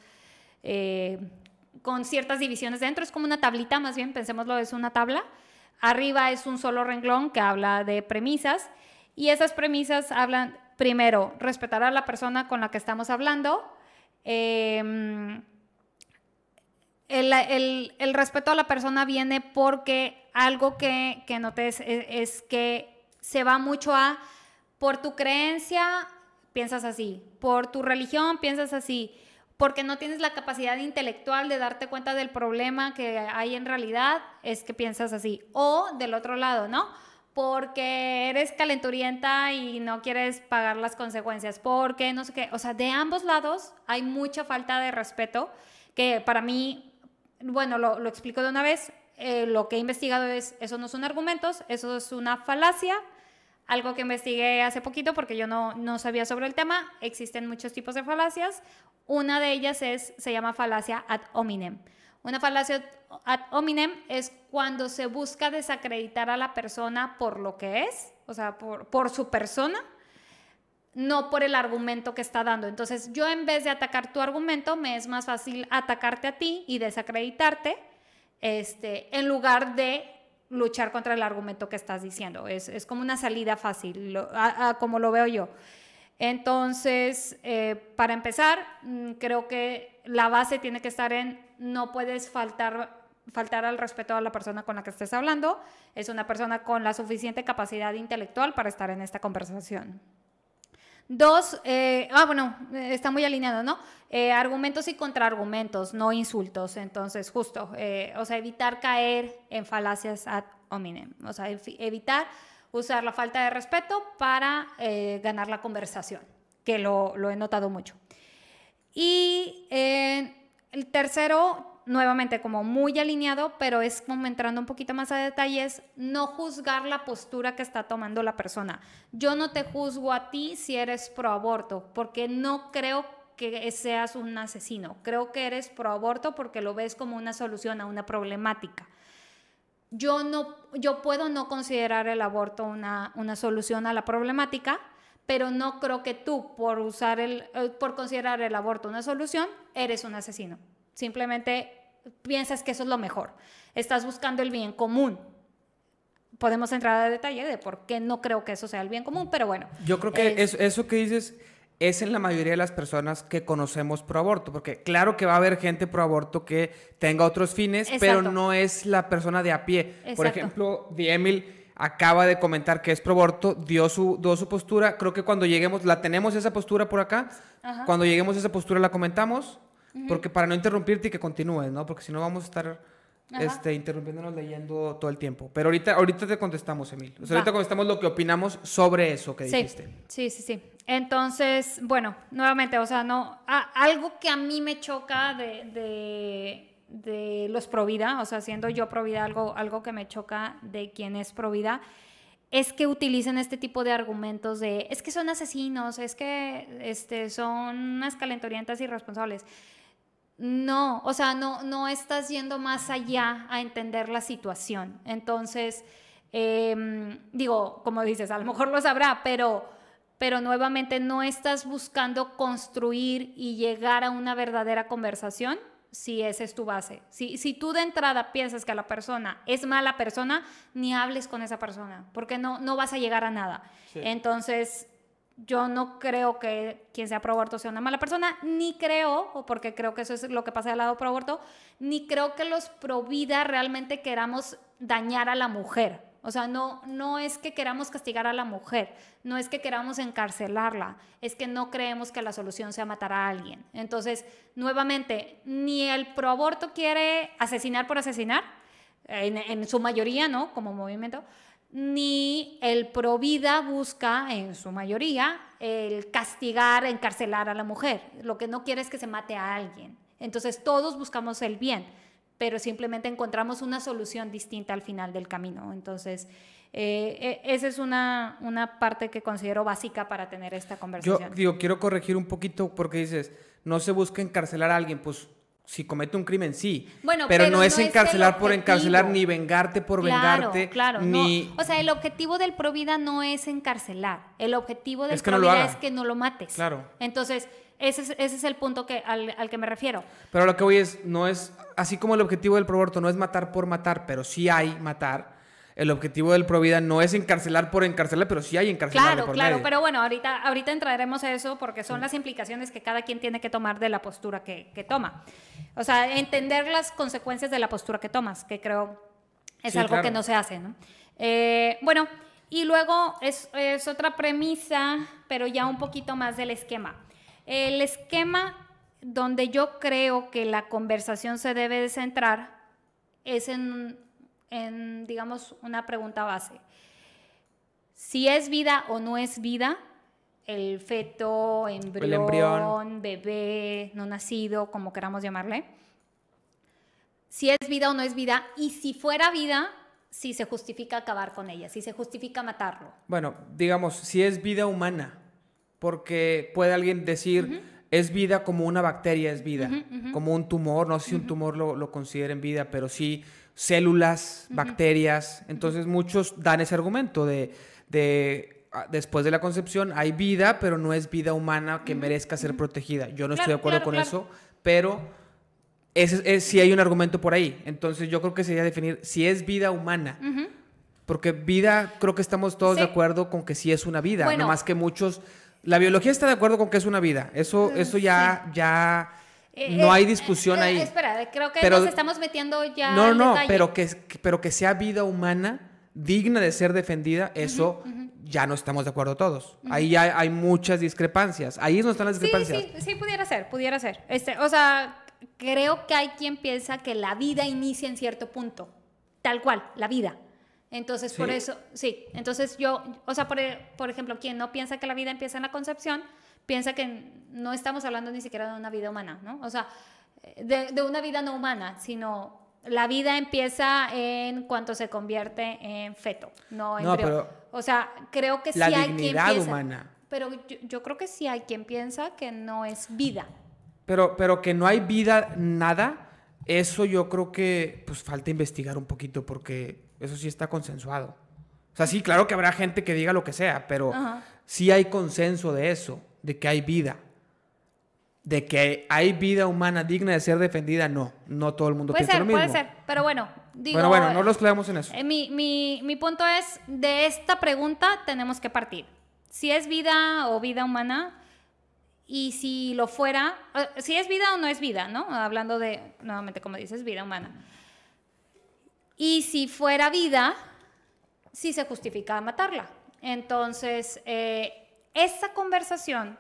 divisiones dentro. Es como una tablita, más bien, pensémoslo, es una tabla. Arriba es un solo renglón que habla de premisas y esas premisas hablan... Primero, respetar a la persona con la que estamos hablando. El respeto a la persona viene porque algo que notes es que se va mucho a, por tu creencia, piensas así, por tu religión, piensas así, porque no tienes la capacidad intelectual de darte cuenta del problema que hay en realidad, es que piensas así. O del otro lado, ¿no? Porque eres calenturienta y no quieres pagar las consecuencias, porque no sé qué, o sea, de ambos lados hay mucha falta de respeto, que para mí, bueno, lo explico de una vez, lo que he investigado es, eso no son argumentos, eso es una falacia, algo que investigué hace poquito porque yo no sabía sobre el tema, existen muchos tipos de falacias, una de ellas se llama falacia ad hominem. Una falacia ad hominem es cuando se busca desacreditar a la persona por lo que es, o sea, por su persona, no por el argumento que está dando. Entonces, yo en vez de atacar tu argumento, me es más fácil atacarte a ti y desacreditarte, en lugar de luchar contra el argumento que estás diciendo. Es como una salida fácil, como lo veo yo. Entonces, para empezar, creo que la base tiene que estar en no puedes faltar al respeto a la persona con la que estés hablando. Es una persona con la suficiente capacidad intelectual para estar en esta conversación. Dos, está muy alineado, ¿no? Argumentos y contraargumentos, no insultos. Entonces, justo, o sea, evitar caer en falacias ad hominem. O sea, evitar usar la falta de respeto para ganar la conversación, que lo he notado mucho. Y el tercero, nuevamente como muy alineado, pero es como entrando un poquito más a detalles, no juzgar la postura que está tomando la persona. Yo no te juzgo a ti si eres pro aborto, porque no creo que seas un asesino. Creo que eres pro aborto porque lo ves como una solución a una problemática. Yo puedo no considerar el aborto una solución a la problemática, pero no creo que tú, por considerar el aborto una solución, eres un asesino. Simplemente piensas que eso es lo mejor. Estás buscando el bien común. Podemos entrar a detalle de por qué no creo que eso sea el bien común, pero bueno. Yo creo que eso que dices es en la mayoría de las personas que conocemos pro aborto, porque claro que va a haber gente pro aborto que tenga otros fines, pero no es la persona de a pie. Por ejemplo, Emil acaba de comentar que es pro aborto, dio su postura. Creo que cuando lleguemos, la tenemos esa postura por acá. Ajá. Cuando lleguemos a esa postura la comentamos, porque para no interrumpirte y que continúes, ¿no? Porque si no vamos a estar interrumpiéndonos leyendo todo el tiempo. Pero ahorita te contestamos, Emil. O sea, ahorita contestamos lo que opinamos sobre eso que dijiste. Sí. Entonces, bueno, nuevamente, o sea, algo que a mí me choca de los provida, o sea, siendo yo provida, algo que me choca de quien es provida, es que utilicen este tipo de argumentos de, es que son asesinos, es que son unas calentorientas irresponsables. No, o sea, no estás yendo más allá a entender la situación. Entonces, digo, como dices, a lo mejor lo sabrá, pero nuevamente no estás buscando construir y llegar a una verdadera conversación si esa es tu base. Si tú de entrada piensas que la persona es mala persona, ni hables con esa persona, porque no vas a llegar a nada. Sí. Entonces, yo no creo que quien sea pro aborto sea una mala persona, ni creo, porque creo que eso es lo que pasa del lado pro aborto, ni creo que los pro vida realmente queramos dañar a la mujer. O sea, no es que queramos castigar a la mujer, no es que queramos encarcelarla, es que no creemos que la solución sea matar a alguien. Entonces, nuevamente, ni el proaborto quiere asesinar por asesinar, en su mayoría, ¿no? Como movimiento, ni el provida busca, en su mayoría, el castigar, encarcelar a la mujer. Lo que no quiere es que se mate a alguien. Entonces, todos buscamos el bien, pero simplemente encontramos una solución distinta al final del camino. Entonces, esa es una parte que considero básica para tener esta conversación. Yo quiero corregir un poquito porque dices, no se busca encarcelar a alguien, pues si comete un crimen, sí. Bueno, pero no es encarcelar por encarcelar, ni vengarte por vengarte. Claro, ni... no. O sea, el objetivo del provida no es encarcelar. El objetivo del provida es que no lo mates. Claro. Entonces, ese es el punto al que me refiero. Pero lo que voy no es, así como el objetivo del proaborto no es matar por matar, pero sí hay matar. El objetivo del provida no es encarcelar por encarcelar, pero sí hay encarcelar por medio. Pero bueno, ahorita entraremos a eso porque son las implicaciones que cada quien tiene que tomar de la postura que toma. O sea, entender las consecuencias de la postura que tomas, que creo es algo que no se hace, ¿no? Bueno, y luego es otra premisa, pero ya un poquito más del esquema. El esquema donde yo creo que la conversación se debe de centrar es en digamos, una pregunta base. Si es vida o no es vida, el feto, embrión, bebé, no nacido, como queramos llamarle. Si es vida o no es vida, y si fuera vida, si se justifica acabar con ella, si se justifica matarlo. Bueno, digamos, si es vida humana, porque puede alguien decir, es vida como una bacteria, es vida, como un tumor, no sé si un tumor lo consideren vida, pero sí células, bacterias. Entonces muchos dan ese argumento de después de la concepción hay vida, pero no es vida humana que merezca ser protegida. Yo no estoy de acuerdo con eso, pero sí hay un argumento por ahí. Entonces yo creo que sería definir si es vida humana. Porque vida, creo que estamos todos de acuerdo con que sí es una vida. Bueno, nomás que muchos... La biología está de acuerdo con que es una vida. Eso ya no hay discusión ahí. Espera, creo que nos estamos metiendo ya al detalle. pero que sea vida humana, digna de ser defendida, eso ya no estamos de acuerdo todos. Ahí ya hay muchas discrepancias. Ahí es donde están las discrepancias. Sí, pudiera ser. O sea, creo que hay quien piensa que la vida inicia en cierto punto. Tal cual, la vida. Entonces, por eso, entonces yo, o sea, por ejemplo, quien no piensa que la vida empieza en la concepción, piensa que no estamos hablando ni siquiera de una vida humana, ¿no? O sea, de una vida no humana, sino la vida empieza en cuanto se convierte en feto, no embrión. Pero o sea, creo que sí hay quien piensa... La dignidad humana. Pero yo creo que sí hay quien piensa que no es vida. Pero que no hay vida, nada, eso yo creo que pues falta investigar un poquito porque eso sí está consensuado. O sea, sí, claro que habrá gente que diga lo que sea, pero sí hay consenso de eso, de que hay vida. De que hay vida humana digna de ser defendida, no todo el mundo piensa lo mismo. Puede ser, pero bueno, digo... Bueno, no nos clavamos en eso. Mi punto es, de esta pregunta tenemos que partir. Si es vida o vida humana, y si lo fuera, si es vida o no es vida, ¿no? Hablando de, nuevamente, como dices, vida humana. Y si fuera vida, sí se justifica matarla. Entonces, esa conversación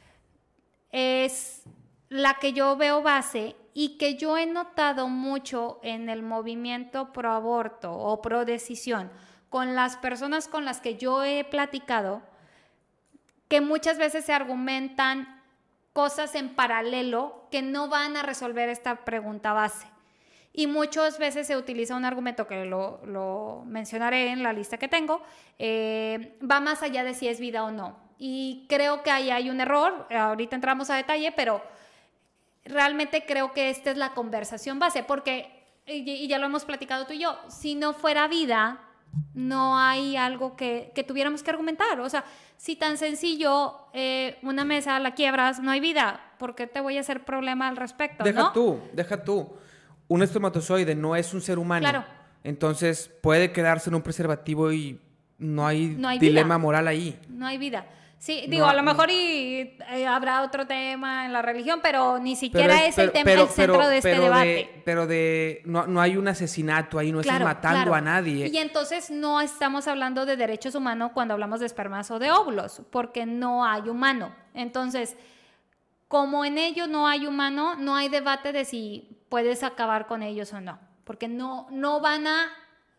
es la que yo veo base y que yo he notado mucho en el movimiento pro aborto o pro decisión con las personas con las que yo he platicado, que muchas veces se argumentan cosas en paralelo que no van a resolver esta pregunta base. Y muchas veces se utiliza un argumento que lo mencionaré en la lista que tengo, va más allá de si es vida o no. Y creo que ahí hay un error, ahorita entramos a detalle, pero realmente creo que esta es la conversación base, porque, y ya lo hemos platicado tú y yo, si no fuera vida, no hay algo que tuviéramos que argumentar. O sea, si tan sencillo, una mesa la quiebras, no hay vida, ¿por qué te voy a hacer problema al respecto? Deja tú. Un espermatozoide no es un ser humano. Claro. Entonces puede quedarse en un preservativo y no hay dilema vida. moral ahí. No hay vida. Sí, digo, a lo mejor habrá otro tema en la religión, pero ni siquiera es el tema, el centro de este debate. No hay un asesinato ahí, no estás matando a nadie. Y entonces no estamos hablando de derechos humanos cuando hablamos de espermas o de óvulos, porque no hay humano. Entonces, como en ello no hay humano, no hay debate de si puedes acabar con ellos o no, porque no van a,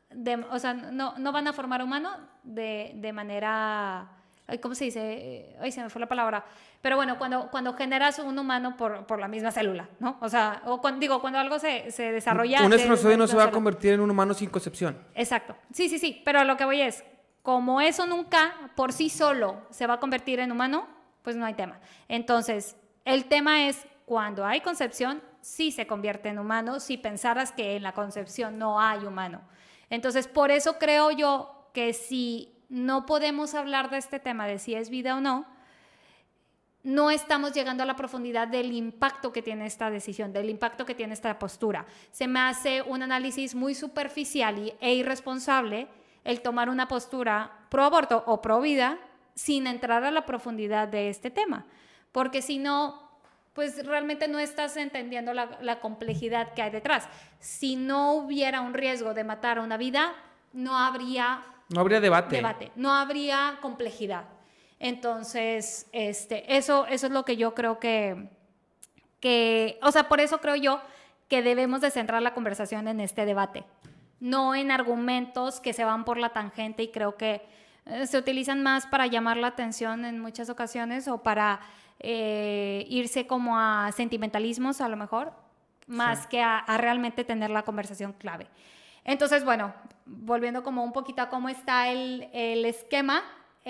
no van a formar humano de manera... ¿Cómo se dice? Ay, se me fue la palabra. Pero bueno, cuando generas un humano por la misma célula, ¿no? O sea, cuando algo se desarrolla... Un espermatozoide no se va a convertir en un humano sin concepción. Exacto. Sí. Pero lo que voy es, como eso nunca por sí solo se va a convertir en humano, pues no hay tema. Entonces, el tema es cuando hay concepción, sí se convierte en humano, si pensaras que en la concepción no hay humano. Entonces, por eso creo yo que si no podemos hablar de este tema de si es vida o no, no estamos llegando a la profundidad del impacto que tiene esta decisión, del impacto que tiene esta postura. Se me hace un análisis muy superficial e irresponsable el tomar una postura pro aborto o pro vida sin entrar a la profundidad de este tema, porque si no, pues realmente no estás entendiendo la complejidad que hay detrás. Si no hubiera un riesgo de matar a una vida, no habría debate, no habría complejidad. Entonces, eso es lo que yo creo que, o sea, por eso creo yo que debemos de centrar la conversación en este debate, no en argumentos que se van por la tangente y creo que se utilizan más para llamar la atención en muchas ocasiones o para irse como a sentimentalismos a lo mejor, más que a realmente tener la conversación clave. Entonces, bueno, volviendo como un poquito a cómo está el esquema,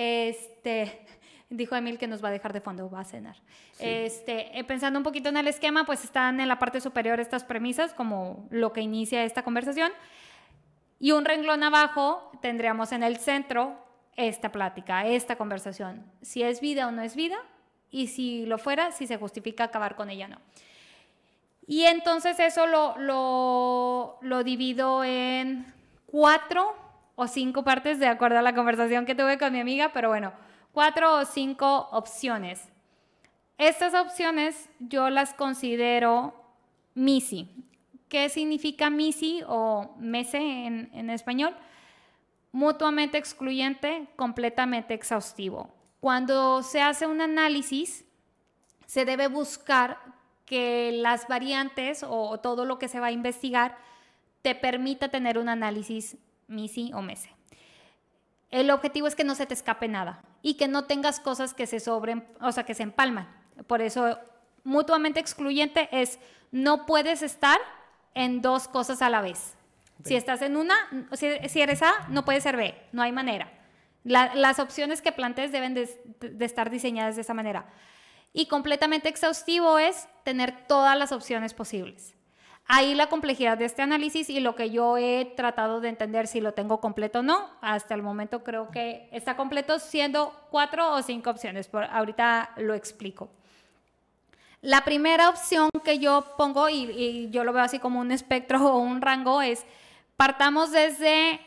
dijo Emil que nos va a dejar de fondo, va a cenar. Sí. Pensando un poquito en el esquema, pues están en la parte superior estas premisas, como lo que inicia esta conversación, y un renglón abajo tendríamos en el centro esta plática, esta conversación, si es vida o no es vida, y si lo fuera, si se justifica acabar con ella o no. Y entonces eso lo divido en 4 o 5 partes de acuerdo a la conversación que tuve con mi amiga, pero bueno, 4 o 5 opciones. Estas opciones yo las considero MISI. ¿Qué significa MISI o MESE en español? Mutuamente excluyente, completamente exhaustivo. Cuando se hace un análisis, se debe buscar que las variantes o todo lo que se va a investigar te permita tener un análisis MISI o MESE. El objetivo es que no se te escape nada y que no tengas cosas que se que se empalman. Por eso, mutuamente excluyente es no puedes estar en 2 cosas a la vez. Si estás en una, si eres A, no puedes ser B, no hay manera. Las opciones que plantees deben de estar diseñadas de esa manera. Y completamente exhaustivo es tener todas las opciones posibles. Ahí la complejidad de este análisis y lo que yo he tratado de entender si lo tengo completo o no. Hasta el momento creo que está completo siendo 4 o 5 opciones. Ahorita lo explico. La primera opción que yo pongo, y yo lo veo así como un espectro o un rango, es partamos desde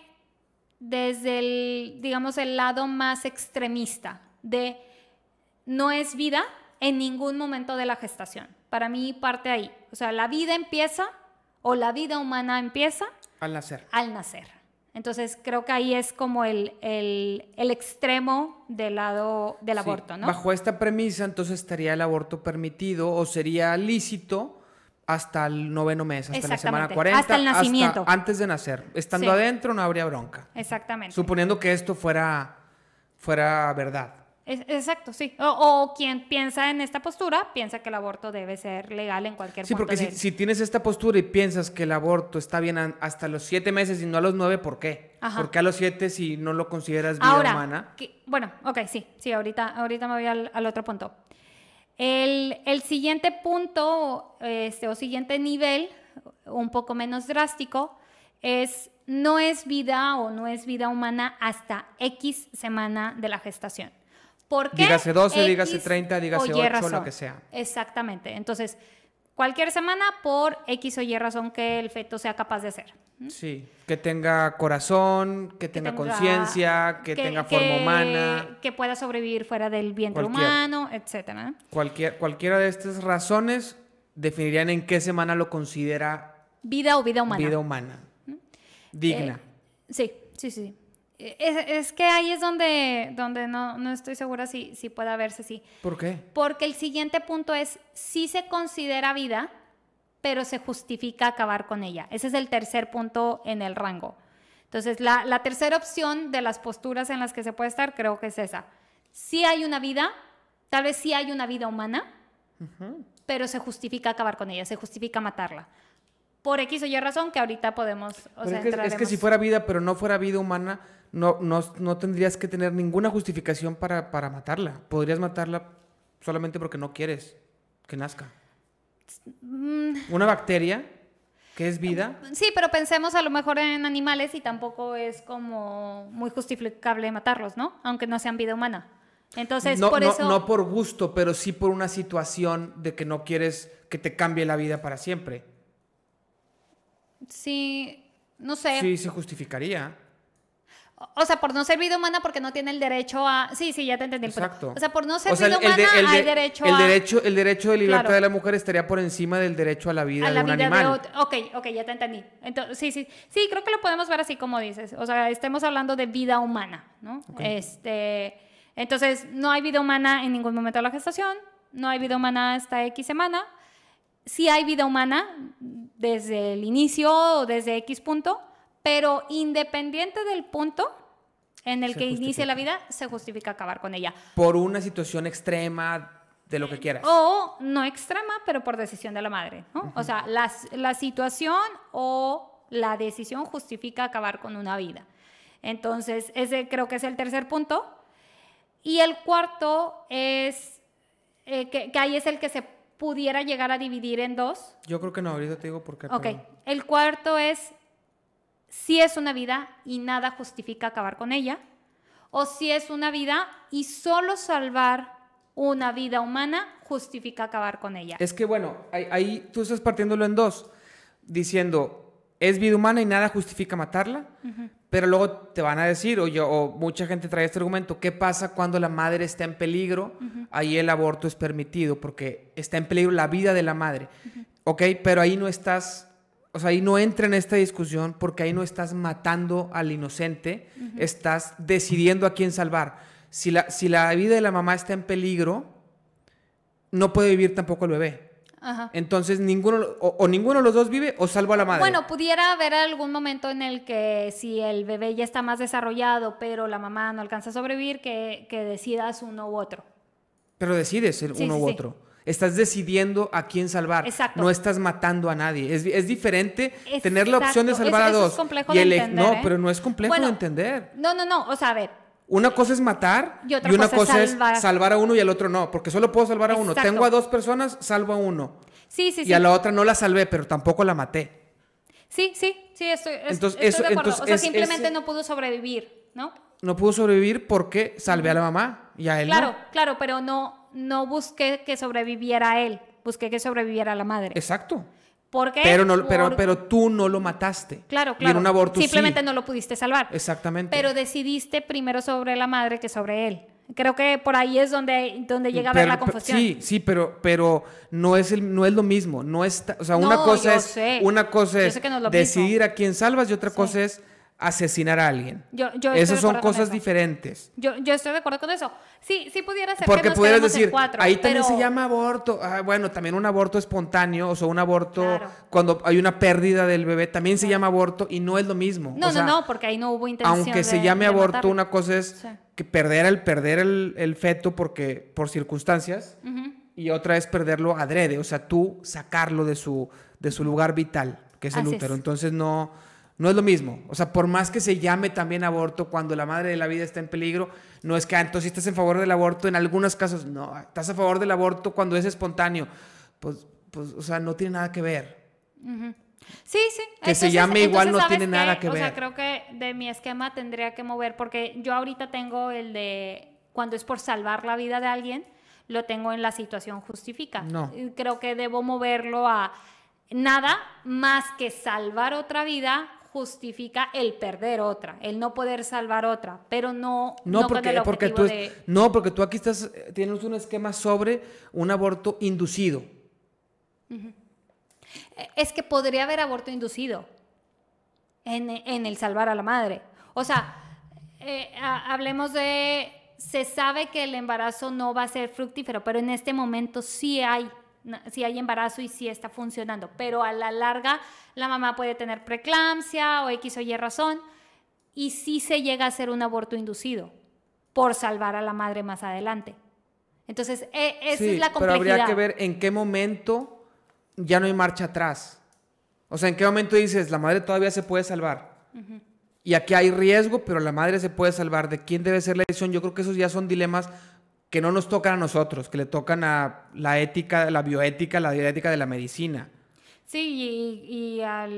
el, digamos, el lado más extremista de no es vida, en ningún momento de la gestación. Para mí parte ahí. O sea, la vida empieza o la vida humana empieza al nacer. Al nacer. Entonces, creo que ahí es como el extremo del lado del aborto, ¿no? Bajo esta premisa, entonces estaría el aborto permitido o sería lícito hasta el 9º mes, hasta la semana 40. Hasta el nacimiento. Hasta antes de nacer. Estando adentro no habría bronca. Exactamente. Suponiendo que esto fuera verdad. Exacto, sí. O quien piensa en esta postura, piensa que el aborto debe ser legal en cualquier punto. Sí, porque si tienes esta postura y piensas que el aborto está bien hasta los 7 meses y no a los 9, ¿por qué? Ajá. ¿Por qué a los 7 si no lo consideras vida humana? Bueno, ok, sí, ahorita me voy al otro punto. El siguiente punto, o siguiente nivel, un poco menos drástico, no es vida o no es vida humana hasta X semana de la gestación. ¿Por qué? Dígase 12, dígase 30, dígase 8, razón. lo que sea. Exactamente. Entonces, cualquier semana por X o Y razón que el feto sea capaz de hacer. Sí, que tenga corazón, que tenga conciencia, que tenga forma humana. Que pueda sobrevivir fuera del vientre humano, etcétera. Cualquiera de estas razones definirían en qué semana lo considera vida o vida humana. Vida humana. Digna. Sí. Es que ahí es donde no estoy segura si pueda verse así. ¿Por qué? Porque el siguiente punto es, sí se considera vida, pero se justifica acabar con ella. Ese es el tercer punto en el rango. Entonces, la tercera opción de las posturas en las que se puede estar, creo que es esa. Sí hay una vida, tal vez sí hay una vida humana, pero se justifica acabar con ella, se justifica matarla. Por X o Y razón que ahorita podemos... es que si fuera vida, pero no fuera vida humana, no tendrías que tener ninguna justificación para matarla. Podrías matarla solamente porque no quieres que nazca. Una bacteria que es vida. Sí, pero pensemos a lo mejor en animales y tampoco es como muy justificable matarlos, ¿no? Aunque no sean vida humana. Entonces, no por gusto, pero sí por una situación de que no quieres que te cambie la vida para siempre. Sí, no sé. Sí, se justificaría. O sea, por no ser vida humana porque no tiene el derecho a... Sí, ya te entendí el punto. Exacto. O sea, por no ser vida humana hay derecho a... El derecho de libertad de la mujer estaría por encima del derecho a la vida de un animal. Ok, ya te entendí. Entonces, sí, creo que lo podemos ver así como dices. O sea, estemos hablando de vida humana, ¿no? Okay. Entonces, no hay vida humana en ningún momento de la gestación, no hay vida humana hasta X semana. Sí hay vida humana desde el inicio o desde X punto, pero independiente del punto en el que inicie la vida, se justifica acabar con ella. Por una situación extrema de lo que quieras. O no extrema, pero por decisión de la madre, ¿no? O sea, la situación o la decisión justifica acabar con una vida. Entonces, ese creo que es el tercer punto. Y el cuarto es, que ahí es el que se pudiera llegar a dividir en dos. Yo creo que no, ahorita te digo por qué. Ok, el cuarto es si es una vida y nada justifica acabar con ella, o si es una vida y solo salvar una vida humana justifica acabar con ella. Es que bueno, ahí tú estás partiéndolo en dos, diciendo, es vida humana y nada justifica matarla, pero luego te van a decir, o mucha gente trae este argumento, ¿qué pasa cuando la madre está en peligro? Ahí el aborto es permitido porque está en peligro la vida de la madre. Ok, pero ahí no estás... O sea, ahí no entra en esta discusión porque ahí no estás matando al inocente, estás decidiendo a quién salvar. Si la vida de la mamá está en peligro, no puede vivir tampoco el bebé. Ajá. Entonces, ninguno de los dos vive o salva a la madre. Bueno, pudiera haber algún momento en el que si el bebé ya está más desarrollado, pero la mamá no alcanza a sobrevivir, que decidas uno u otro. Pero decides uno u otro. Estás decidiendo a quién salvar. Exacto. No estás matando a nadie. Es diferente tener la opción de salvar a dos. Es complejo de entender. No, pero no es complejo de entender. No. O sea, a ver. Una cosa es matar y una cosa es salvar a uno y al otro no. Porque solo puedo salvar a uno. Tengo a dos personas, salvo a uno. Sí. Y a la otra no la salvé, pero tampoco la maté. Sí, estoy de acuerdo. O sea, simplemente no pudo sobrevivir, ¿no? No pudo sobrevivir porque salvé a la mamá y a él no. Claro, pero no busqué que sobreviviera a él, busqué que sobreviviera a la madre. Exacto. ¿Por qué? Pero tú no lo mataste. Claro. Y en un aborto simplemente no lo pudiste salvar. Exactamente. Pero decidiste primero sobre la madre que sobre él. Creo que por ahí es donde llega a haber la confusión. Sí, pero no es lo mismo. No está, o sea, una cosa es decidir a quién salvas y otra cosa es asesinar a alguien. Esas son cosas diferentes. Yo estoy de acuerdo con eso. Sí pudiera ser porque que nos pudieras quedemos decir, en 4, ahí también se llama aborto. Bueno, también un aborto espontáneo, o sea, un aborto cuando hay una pérdida del bebé, también se llama aborto y no es lo mismo. No, porque ahí no hubo intención aunque se llame aborto, matarlo. una cosa es que perder el feto por circunstancias y otra es perderlo adrede, o sea, tú sacarlo de su lugar vital, que es el útero. Entonces no es lo mismo. O sea, por más que se llame también aborto cuando la madre de la vida está en peligro, no es que entonces estás en favor del aborto. En algunos casos, no. Estás a favor del aborto cuando es espontáneo. Pues o sea, no tiene nada que ver. Sí. Que se llame igual no tiene nada que ver. O sea, creo que de mi esquema tendría que mover, porque yo ahorita tengo el de cuando es por salvar la vida de alguien, lo tengo en la situación justifica. No. Creo que debo moverlo a nada más que salvar otra vida justifica el perder otra, el no poder salvar otra, pero no porque tú aquí tienes un esquema sobre un aborto inducido. Es que podría haber aborto inducido en el salvar a la madre. O sea, hablemos de, se sabe que el embarazo no va a ser fructífero, pero en este momento sí hay embarazo y sí está funcionando, pero a la larga la mamá puede tener preeclampsia o X o Y razón y sí se llega a hacer un aborto inducido por salvar a la madre más adelante. Entonces, esa es la complejidad. Pero habría que ver en qué momento ya no hay marcha atrás. O sea, en qué momento dices, la madre todavía se puede salvar. Y aquí hay riesgo, pero la madre se puede salvar. ¿De quién debe ser la decisión? Yo creo que esos ya son dilemas que no nos tocan a nosotros, que le tocan a la ética, la bioética, la bioética de la medicina. Sí,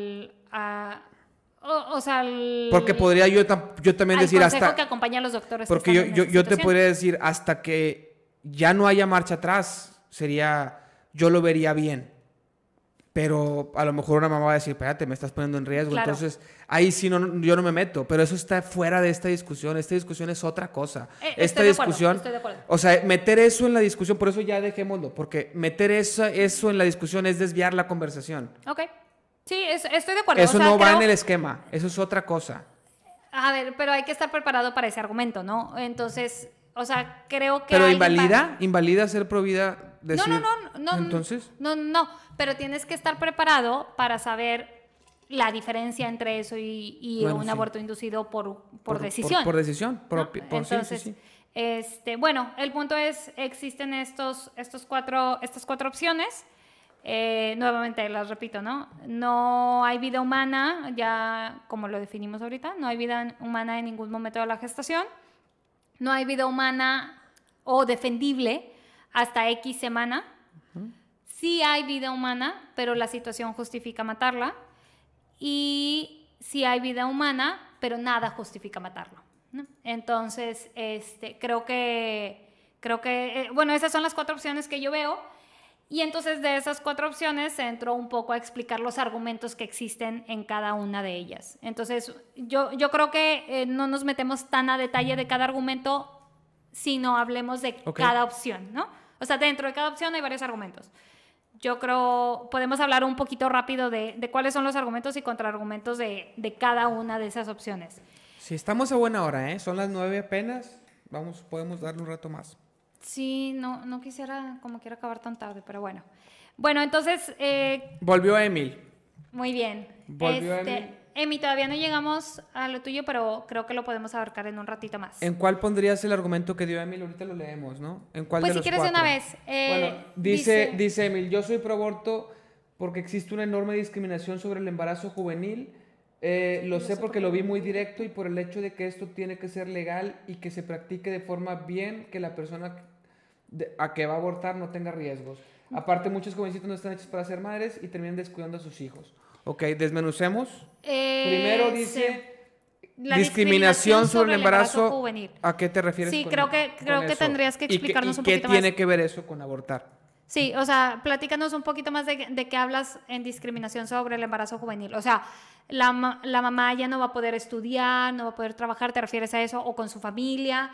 porque podría yo también decir consejo que acompaña a los doctores. Porque yo te podría decir, hasta que ya no haya marcha atrás, yo lo vería bien. Pero a lo mejor una mamá va a decir, espérate, me estás poniendo en riesgo. Claro. Entonces, ahí sí yo no me meto. Pero eso está fuera de esta discusión. Esta discusión es otra cosa. Estoy de acuerdo. O sea, meter eso en la discusión, por eso ya dejémoslo. Porque meter eso en la discusión es desviar la conversación. Ok. Sí, estoy de acuerdo. Eso no va en el esquema. Eso es otra cosa. A ver, pero hay que estar preparado para ese argumento, ¿no? Entonces, o sea, creo que... Pero invalida ser provida... Decir, no. Entonces... No, pero tienes que estar preparado para saber la diferencia entre eso y un aborto inducido por decisión. Por decisión. Entonces, sí. Bueno, el punto es, existen estas cuatro opciones. Nuevamente las repito, ¿no? No hay vida humana, ya como lo definimos ahorita, no hay vida humana en ningún momento de la gestación. No hay vida humana o defendible hasta X semana. Sí hay vida humana, pero la situación justifica matarla. Y sí hay vida humana, pero nada justifica matarlo, ¿no? Entonces, creo que bueno, esas son las 4 opciones que yo veo. Y entonces de esas 4 opciones entro un poco a explicar los argumentos que existen en cada una de ellas. Entonces, yo creo que no nos metemos tan a detalle de cada argumento, sino hablemos de cada opción, ¿no? O sea, dentro de cada opción hay varios argumentos. Yo creo, podemos hablar un poquito rápido de cuáles son los argumentos y contraargumentos de cada una de esas opciones. Sí, estamos a buena hora, ¿eh? Son las 9 apenas. Podemos darle un rato más. Sí, no quisiera como quiera acabar tan tarde, pero bueno. Bueno, entonces... Volvió Emil. Muy bien. Volvió Emil. Emi, todavía no llegamos a lo tuyo, pero creo que lo podemos abarcar en un ratito más. ¿En cuál pondrías el argumento que dio Emil? Ahorita lo leemos, ¿no? ¿En cuál pues de los si quieres 4? de una vez. Bueno, dice Emil, yo soy pro aborto porque existe una enorme discriminación sobre el embarazo juvenil. Lo sé porque lo vi muy directo y por el hecho de que esto tiene que ser legal y que se practique de forma bien, que la persona a que va a abortar no tenga riesgos. Aparte, muchas jovencitas no están hechas para ser madres y terminan descuidando a sus hijos. Ok, desmenucemos. Primero dice la discriminación sobre el embarazo juvenil. ¿A qué te refieres? Sí, creo que tendrías que explicarnos un poquito más. ¿Qué tiene que ver eso con abortar? Sí, o sea, platícanos un poquito más de qué hablas en discriminación sobre el embarazo juvenil. O sea, la mamá ya no va a poder estudiar, no va a poder trabajar, ¿te refieres a eso? ¿O con su familia?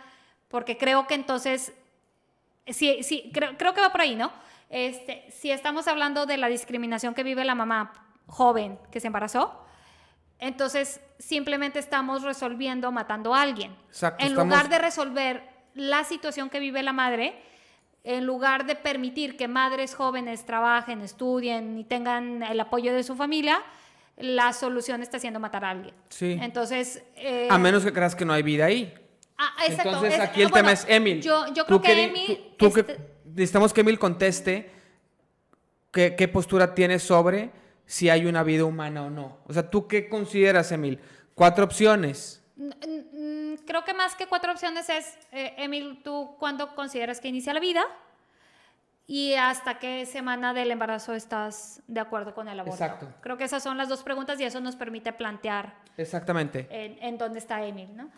porque creo que entonces, sí, creo que va por ahí, ¿no? Si estamos hablando de la discriminación que vive la mamá joven que se embarazó, entonces simplemente estamos resolviendo matando a alguien. Exacto, en lugar de resolver la situación que vive la madre, en lugar de permitir que madres jóvenes trabajen, estudien y tengan el apoyo de su familia, la solución está siendo matar a alguien. Sí. Entonces... a menos que creas que no hay vida ahí. Exacto. Entonces aquí el tema es Emil. Yo creo que Emil... necesitamos que Emil conteste qué postura tiene sobre si hay una vida humana o no. O sea, ¿tú qué consideras, Emil? 4 opciones. Creo que más que 4 opciones es, Emil, ¿tú cuándo consideras que inicia la vida? ¿Y hasta qué semana del embarazo estás de acuerdo con el aborto? Exacto. Creo que esas son las 2 preguntas y eso nos permite plantear... Exactamente. En dónde está Emil, ¿no?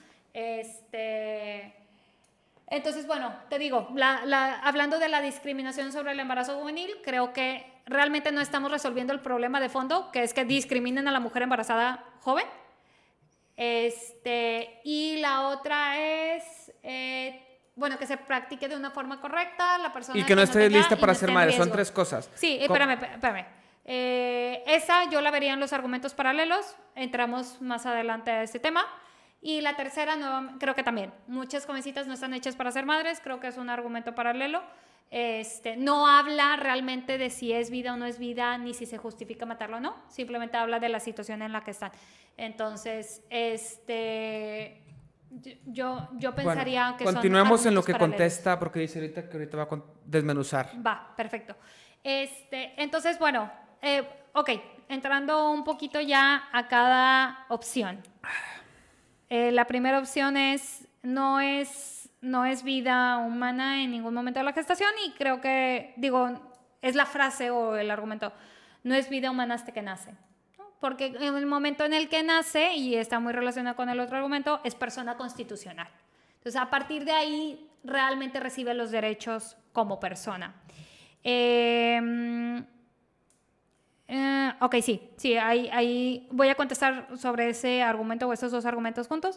Entonces, bueno, te digo, hablando de la discriminación sobre el embarazo juvenil, creo que realmente no estamos resolviendo el problema de fondo, que es que discriminen a la mujer embarazada joven. Y la otra es, bueno, que se practique de una forma correcta, la persona y que no esté lista para ser madre, son 3 cosas. Sí, espérame. Esa yo la vería en los argumentos paralelos, entramos más adelante a este tema. Y la tercera, creo que también, muchas jovencitas no están hechas para ser madres, creo que es un argumento paralelo. No habla realmente de si es vida o no es vida, ni si se justifica matarlo o no, simplemente habla de la situación en la que están. Entonces, yo pensaría que continuemos en lo que paralelos. Contesta, porque dice ahorita va a desmenuzar. Va, perfecto. Entonces, bueno, ok, entrando un poquito ya a cada opción. La primera opción no es vida humana en ningún momento de la gestación y creo que, es la frase o el argumento, no es vida humana hasta que nace, ¿no? Porque en el momento en el que nace, y está muy relacionado con el otro argumento, es persona constitucional. Entonces, a partir de ahí, realmente recibe los derechos como persona. Ok, sí, ahí voy a contestar sobre ese argumento o esos 2 argumentos juntos.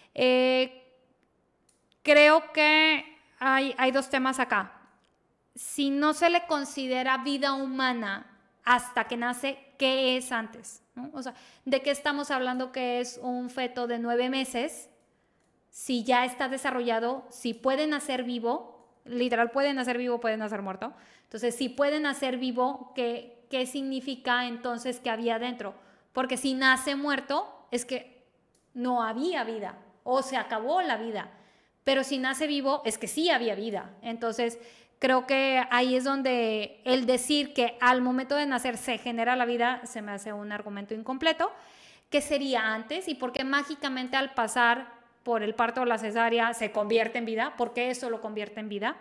Creo que hay 2 temas acá. Si no se le considera vida humana hasta que nace, ¿qué es antes? ¿No? O sea, ¿de qué estamos hablando que es un feto de 9 meses? Si ya está desarrollado, si puede nacer vivo, literal puede nacer vivo, puede nacer muerto. Entonces, si puede nacer vivo, ¿qué significa entonces que había dentro? Porque si nace muerto, es que no había vida o se acabó la vida. Pero si nace vivo, es que sí había vida. Entonces, creo que ahí es donde el decir que al momento de nacer se genera la vida se me hace un argumento incompleto. ¿Qué sería antes? ¿Y por qué mágicamente al pasar por el parto o la cesárea se convierte en vida? ¿Por qué eso lo convierte en vida?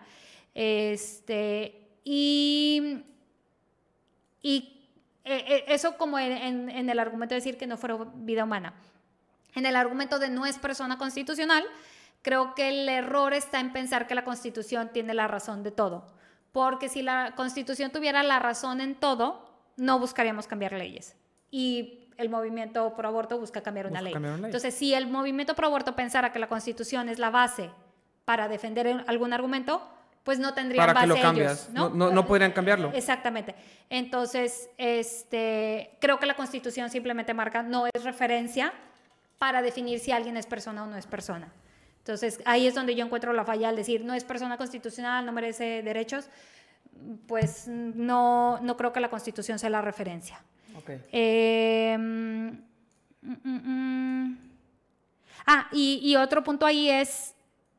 Y eso como en el argumento de decir que no fuera vida humana. En el argumento de no es persona constitucional, creo que el error está en pensar que la Constitución tiene la razón de todo. Porque si la Constitución tuviera la razón en todo, no buscaríamos cambiar leyes. Y el movimiento pro aborto busca cambiar una ley. Entonces, si el movimiento pro aborto pensara que la Constitución es la base para defender algún argumento, pues no tendrían para base que lo cambias, ellos, no podrían cambiarlo. Exactamente. Entonces, creo que la Constitución simplemente marca, no es referencia para definir si alguien es persona o no es persona. Entonces, ahí es donde yo encuentro la falla al decir, no es persona constitucional, no merece derechos, pues no creo que la Constitución sea la referencia. Okay. Y otro punto ahí es,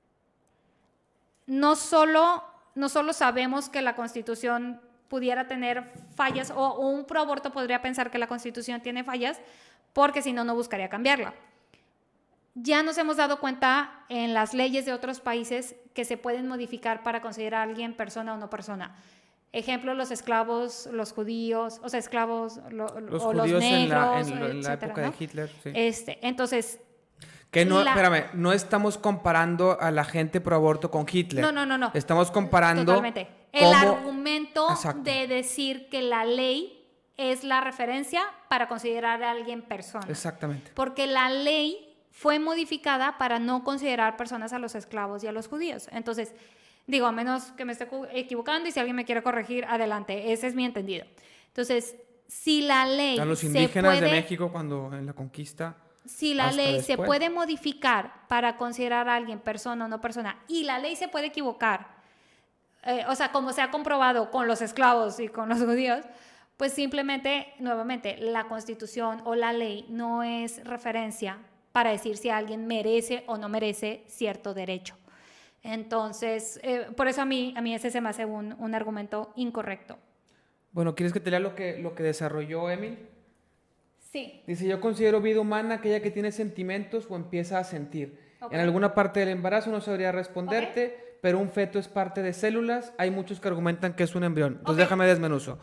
no solo sabemos que la Constitución pudiera tener fallas o un proaborto podría pensar que la Constitución tiene fallas porque si no, no buscaría cambiarla. Ya nos hemos dado cuenta en las leyes de otros países que se pueden modificar para considerar a alguien persona o no persona. Ejemplo, los esclavos, los judíos, o sea, esclavos los o judíos los negros, en la época, ¿no? De Hitler. Sí. Entonces... Que no, espérame, no estamos comparando a la gente pro aborto con Hitler. No. Estamos comparando... Totalmente. El argumento de decir que la ley es la referencia para considerar a alguien persona. Exactamente. Porque la ley fue modificada para no considerar personas a los esclavos y a los judíos. Entonces, digo, a menos que me esté equivocando y si alguien me quiere corregir, adelante. Ese es mi entendido. Entonces, si la ley A los indígenas de México cuando en la conquista... Si la ley se puede modificar para considerar a alguien persona o no persona, y la ley se puede equivocar, o sea, como se ha comprobado con los esclavos y con los judíos, pues simplemente, nuevamente, la Constitución o la ley no es referencia para decir si alguien merece o no merece cierto derecho. Entonces, por eso a mí ese se me hace un argumento incorrecto. Bueno, ¿quieres que te lea lo que desarrolló Emil? Sí. Dice, yo considero vida humana aquella que tiene sentimientos o empieza a sentir. Okay. En alguna parte del embarazo no sabría responderte, pero un feto es parte de células. Hay muchos que argumentan que es un embrión. Entonces déjame desmenuzo.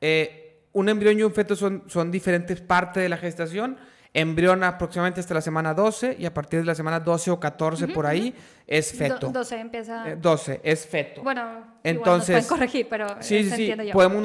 Un embrión y un feto son diferentes partes de la gestación. Embrión aproximadamente hasta la semana 12 y a partir de la semana 12 o 14 por ahí es feto. 12 empieza... 12 es feto. Bueno, entonces igual nos pueden corregir, pero sí, entiendo yo. Podemos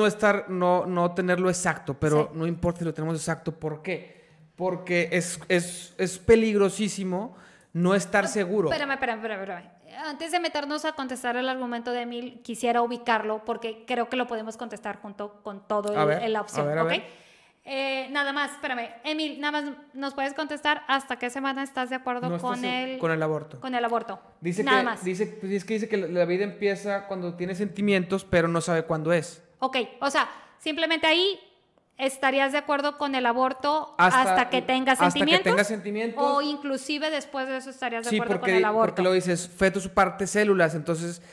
no tenerlo exacto, pero no importa si lo tenemos exacto. ¿Por qué? Porque es peligrosísimo no estar seguro. Espérame. Antes de meternos a contestar el argumento de Emil, quisiera ubicarlo porque creo que lo podemos contestar junto con todo la opción. A ver. Nada más, espérame. Emil, nada más nos puedes contestar hasta qué semana estás de acuerdo con el aborto. Con el aborto. Dice nada que, más. Dice que la vida empieza cuando tiene sentimientos, pero no sabe cuándo es. Ok, o sea, simplemente ahí estarías de acuerdo con el aborto hasta que tenga sentimientos. Hasta que tenga sentimientos. O inclusive después de eso estarías de acuerdo con el aborto. Porque lo dices, feto es parte de células, entonces,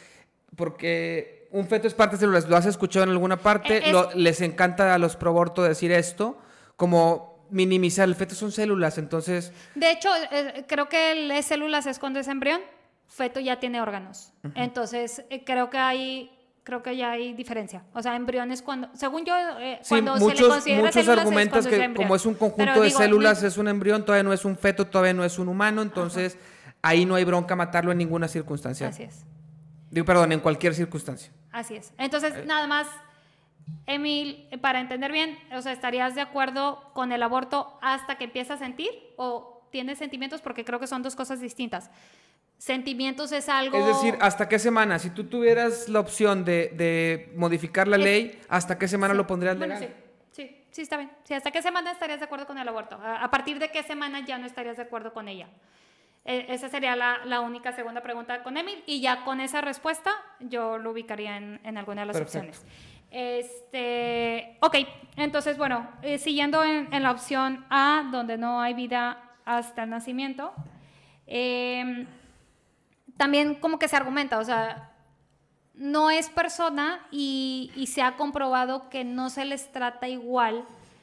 porque un feto es parte de células, ¿lo has escuchado en alguna parte? Les encanta a los pro aborto decir esto, como minimizar, el feto son células, entonces... De hecho, creo que células es cuando es embrión, feto ya tiene órganos. Entonces, creo que ya hay diferencia. O sea, embrión es cuando, según yo, cuando se le considera muchos células argumentan que como es un conjunto de células, es un embrión, todavía no es un feto, todavía no es un humano, entonces ahí no hay bronca matarlo en ninguna circunstancia. Así es. Perdón, en cualquier circunstancia. Así es. Entonces, nada más, Emil, para entender bien, o sea, ¿estarías de acuerdo con el aborto hasta que empieza a sentir o tienes sentimientos? Porque creo que son dos cosas distintas. Sentimientos es algo... Es decir, ¿hasta qué semana? Si tú tuvieras la opción de modificar la ley, ¿hasta qué semana lo pondrías legal? Sí, está bien. Sí, ¿hasta qué semana estarías de acuerdo con el aborto? ¿A partir de qué semana ya no estarías de acuerdo con ella? Esa sería la única segunda pregunta con Emil. Y ya con esa respuesta yo lo ubicaría en alguna de las opciones. Ok, entonces, bueno, siguiendo en la opción A, donde no hay vida hasta el nacimiento, también como que se argumenta, o sea, no es persona y se ha comprobado que no se les trata igual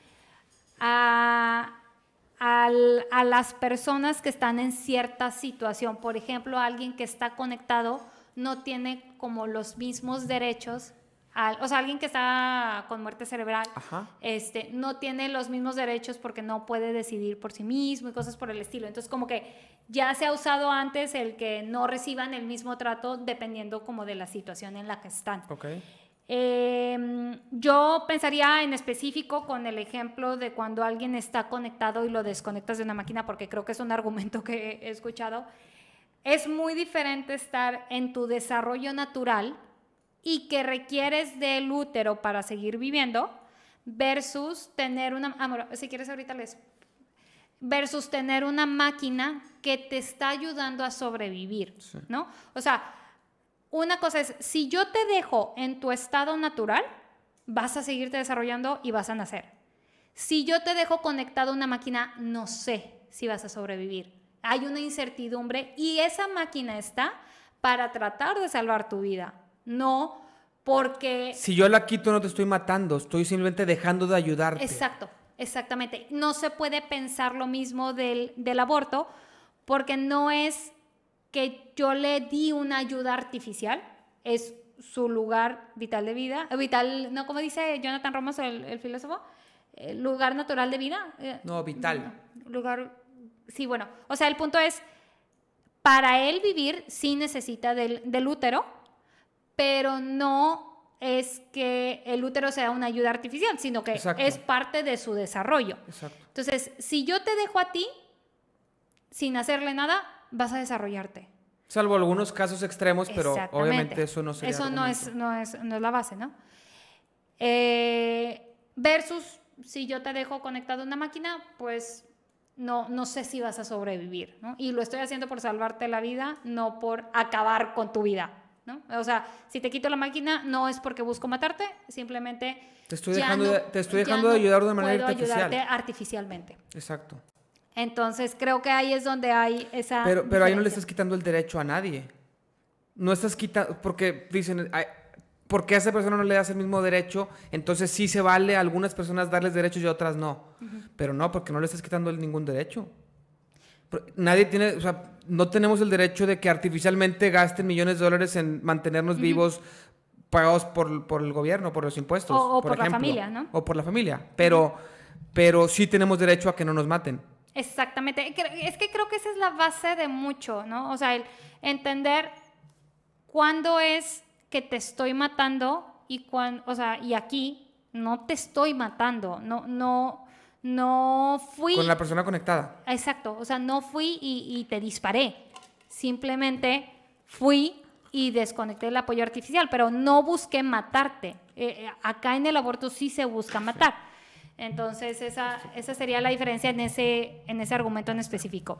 a las personas que están en cierta situación. Por ejemplo, alguien que está conectado no tiene como los mismos derechos, o sea, alguien que está con muerte cerebral, no tiene los mismos derechos porque no puede decidir por sí mismo y cosas por el estilo. Entonces, como que ya se ha usado antes el que no reciban el mismo trato dependiendo como de la situación en la que están. Okay. Yo pensaría en específico con el ejemplo de cuando alguien está conectado y lo desconectas de una máquina, porque creo que es un argumento que he escuchado. Es muy diferente estar en tu desarrollo natural y que requieres del útero para seguir viviendo versus tener si quieres ahorita les... versus tener una máquina que te está ayudando a sobrevivir, sí. ¿No? O sea, una cosa es, si yo te dejo en tu estado natural, vas a seguirte desarrollando y vas a nacer. Si yo te dejo conectado a una máquina, no sé si vas a sobrevivir. Hay una incertidumbre y esa máquina está para tratar de salvar tu vida, no porque... Si yo la quito no te estoy matando, estoy simplemente dejando de ayudarte. Exacto, exactamente. No se puede pensar lo mismo del aborto porque no es que yo le di una ayuda artificial, es su lugar vital de vida, no, como dice Jonathan Ramos, el filósofo, lugar natural de vida. No, vital. Sí, bueno, o sea, el punto es, para él vivir sí necesita del útero, pero no es que el útero sea una ayuda artificial, sino que es parte de su desarrollo. Exacto. Entonces, si yo te dejo a ti, sin hacerle nada, vas a desarrollarte. Salvo algunos casos extremos, pero obviamente eso no sería eso no es la base, ¿no? Versus, si yo te dejo conectado a una máquina, pues no sé si vas a sobrevivir, ¿no? Y lo estoy haciendo por salvarte la vida, no por acabar con tu vida, ¿no? O sea, si te quito la máquina, no es porque busco matarte, simplemente te estoy dejando de ayudar de manera artificial. Ayudarte artificialmente. Exacto. Entonces, creo que ahí es donde hay esa Pero ahí no le estás quitando el derecho a nadie. No estás quitando, porque dicen, ¿por qué a esa persona no le das el mismo derecho? Entonces sí se vale a algunas personas darles derechos y a otras no. Pero no, porque no le estás quitando ningún derecho. Nadie tiene, o sea, no tenemos el derecho de que artificialmente gasten millones de dólares en mantenernos vivos, pagados por el gobierno, por los impuestos. O por ejemplo, la familia, ¿no? O por la familia. Pero sí tenemos derecho a que no nos maten. Exactamente. Es que creo que esa es la base de mucho, ¿no? O sea, el entender cuándo es que te estoy matando y y aquí no te estoy matando, no fui... Con la persona conectada. Exacto, o sea, no fui y te disparé, simplemente fui y desconecté el apoyo artificial, pero no busqué matarte. Acá en el aborto sí se busca matar. Entonces, esa sería la diferencia en ese argumento en específico.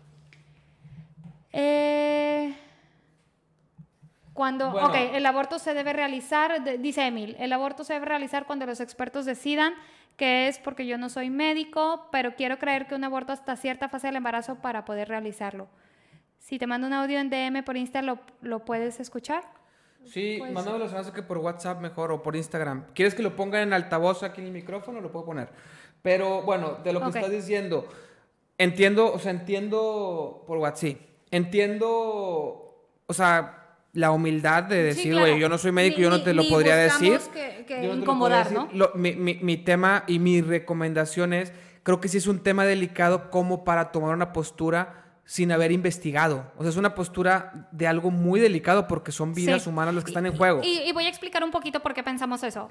El aborto se debe realizar, dice Emil, el aborto se debe realizar cuando los expertos decidan que es porque yo no soy médico, pero quiero creer que un aborto hasta cierta fase del embarazo para poder realizarlo. Si te mando un audio en DM por Insta, ¿lo puedes escuchar? Sí, mándamelo, se me hace que por WhatsApp mejor o por Instagram. ¿Quieres que lo ponga en altavoz aquí en el micrófono? Lo puedo poner. Pero bueno, de lo que estás diciendo, entiendo por WhatsApp, sí. Entiendo, o sea, la humildad de decir, güey, yo no soy médico, yo no te lo podría decir. Que incomodar, ¿no? Mi tema y mi recomendación es, creo que sí es un tema delicado como para tomar una postura sin haber investigado. O sea, es una postura de algo muy delicado porque son vidas humanas las que están en juego. Y voy a explicar un poquito por qué pensamos eso.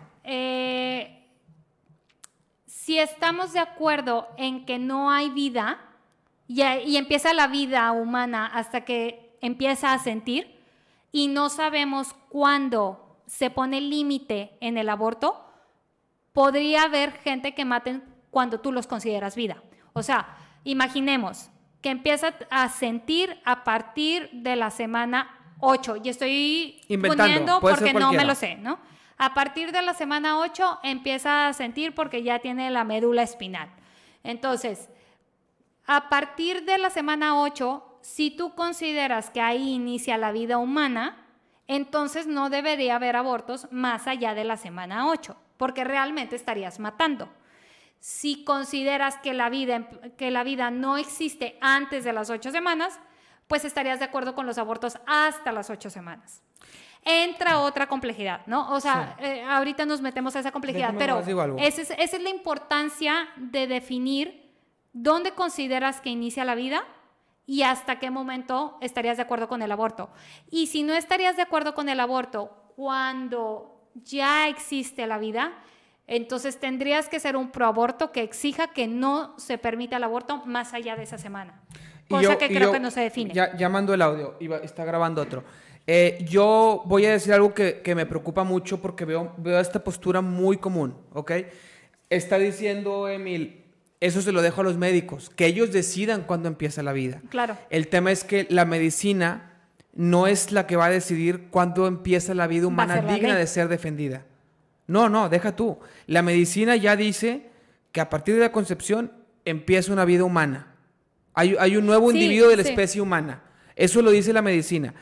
Si estamos de acuerdo en que no hay vida y empieza la vida humana hasta que empieza a sentir y no sabemos cuándo se pone límite en el aborto, podría haber gente que maten cuando tú los consideras vida. O sea, imaginemos que empieza a sentir a partir de la semana 8. Y estoy poniendo porque no me lo sé, ¿no? A partir de la semana 8 empieza a sentir porque ya tiene la médula espinal. Entonces, a partir de la semana 8, si tú consideras que ahí inicia la vida humana, entonces no debería haber abortos más allá de la semana 8, porque realmente estarías matando. Si consideras que la vida no existe antes de las 8 semanas, pues estarías de acuerdo con los abortos hasta las 8 semanas. Entra otra complejidad, ¿no? O sea, ahorita nos metemos a esa complejidad, pero esa es la importancia de definir dónde consideras que inicia la vida y hasta qué momento estarías de acuerdo con el aborto. Y si no estarías de acuerdo con el aborto cuando ya existe la vida, entonces tendrías que ser un proaborto que exija que no se permita el aborto más allá de esa semana. Cosa que creo que no se define. Ya mando el audio, está grabando otro. Yo voy a decir algo que me preocupa mucho porque veo esta postura muy común, ¿ok? Está diciendo Emil, eso se lo dejo a los médicos, que ellos decidan cuándo empieza la vida. Claro. El tema es que la medicina no es la que va a decidir cuándo empieza la vida humana digna de ser defendida. No, deja tú. La medicina ya dice que a partir de la concepción empieza una vida humana. Hay un nuevo individuo de la especie humana. Eso lo dice la medicina.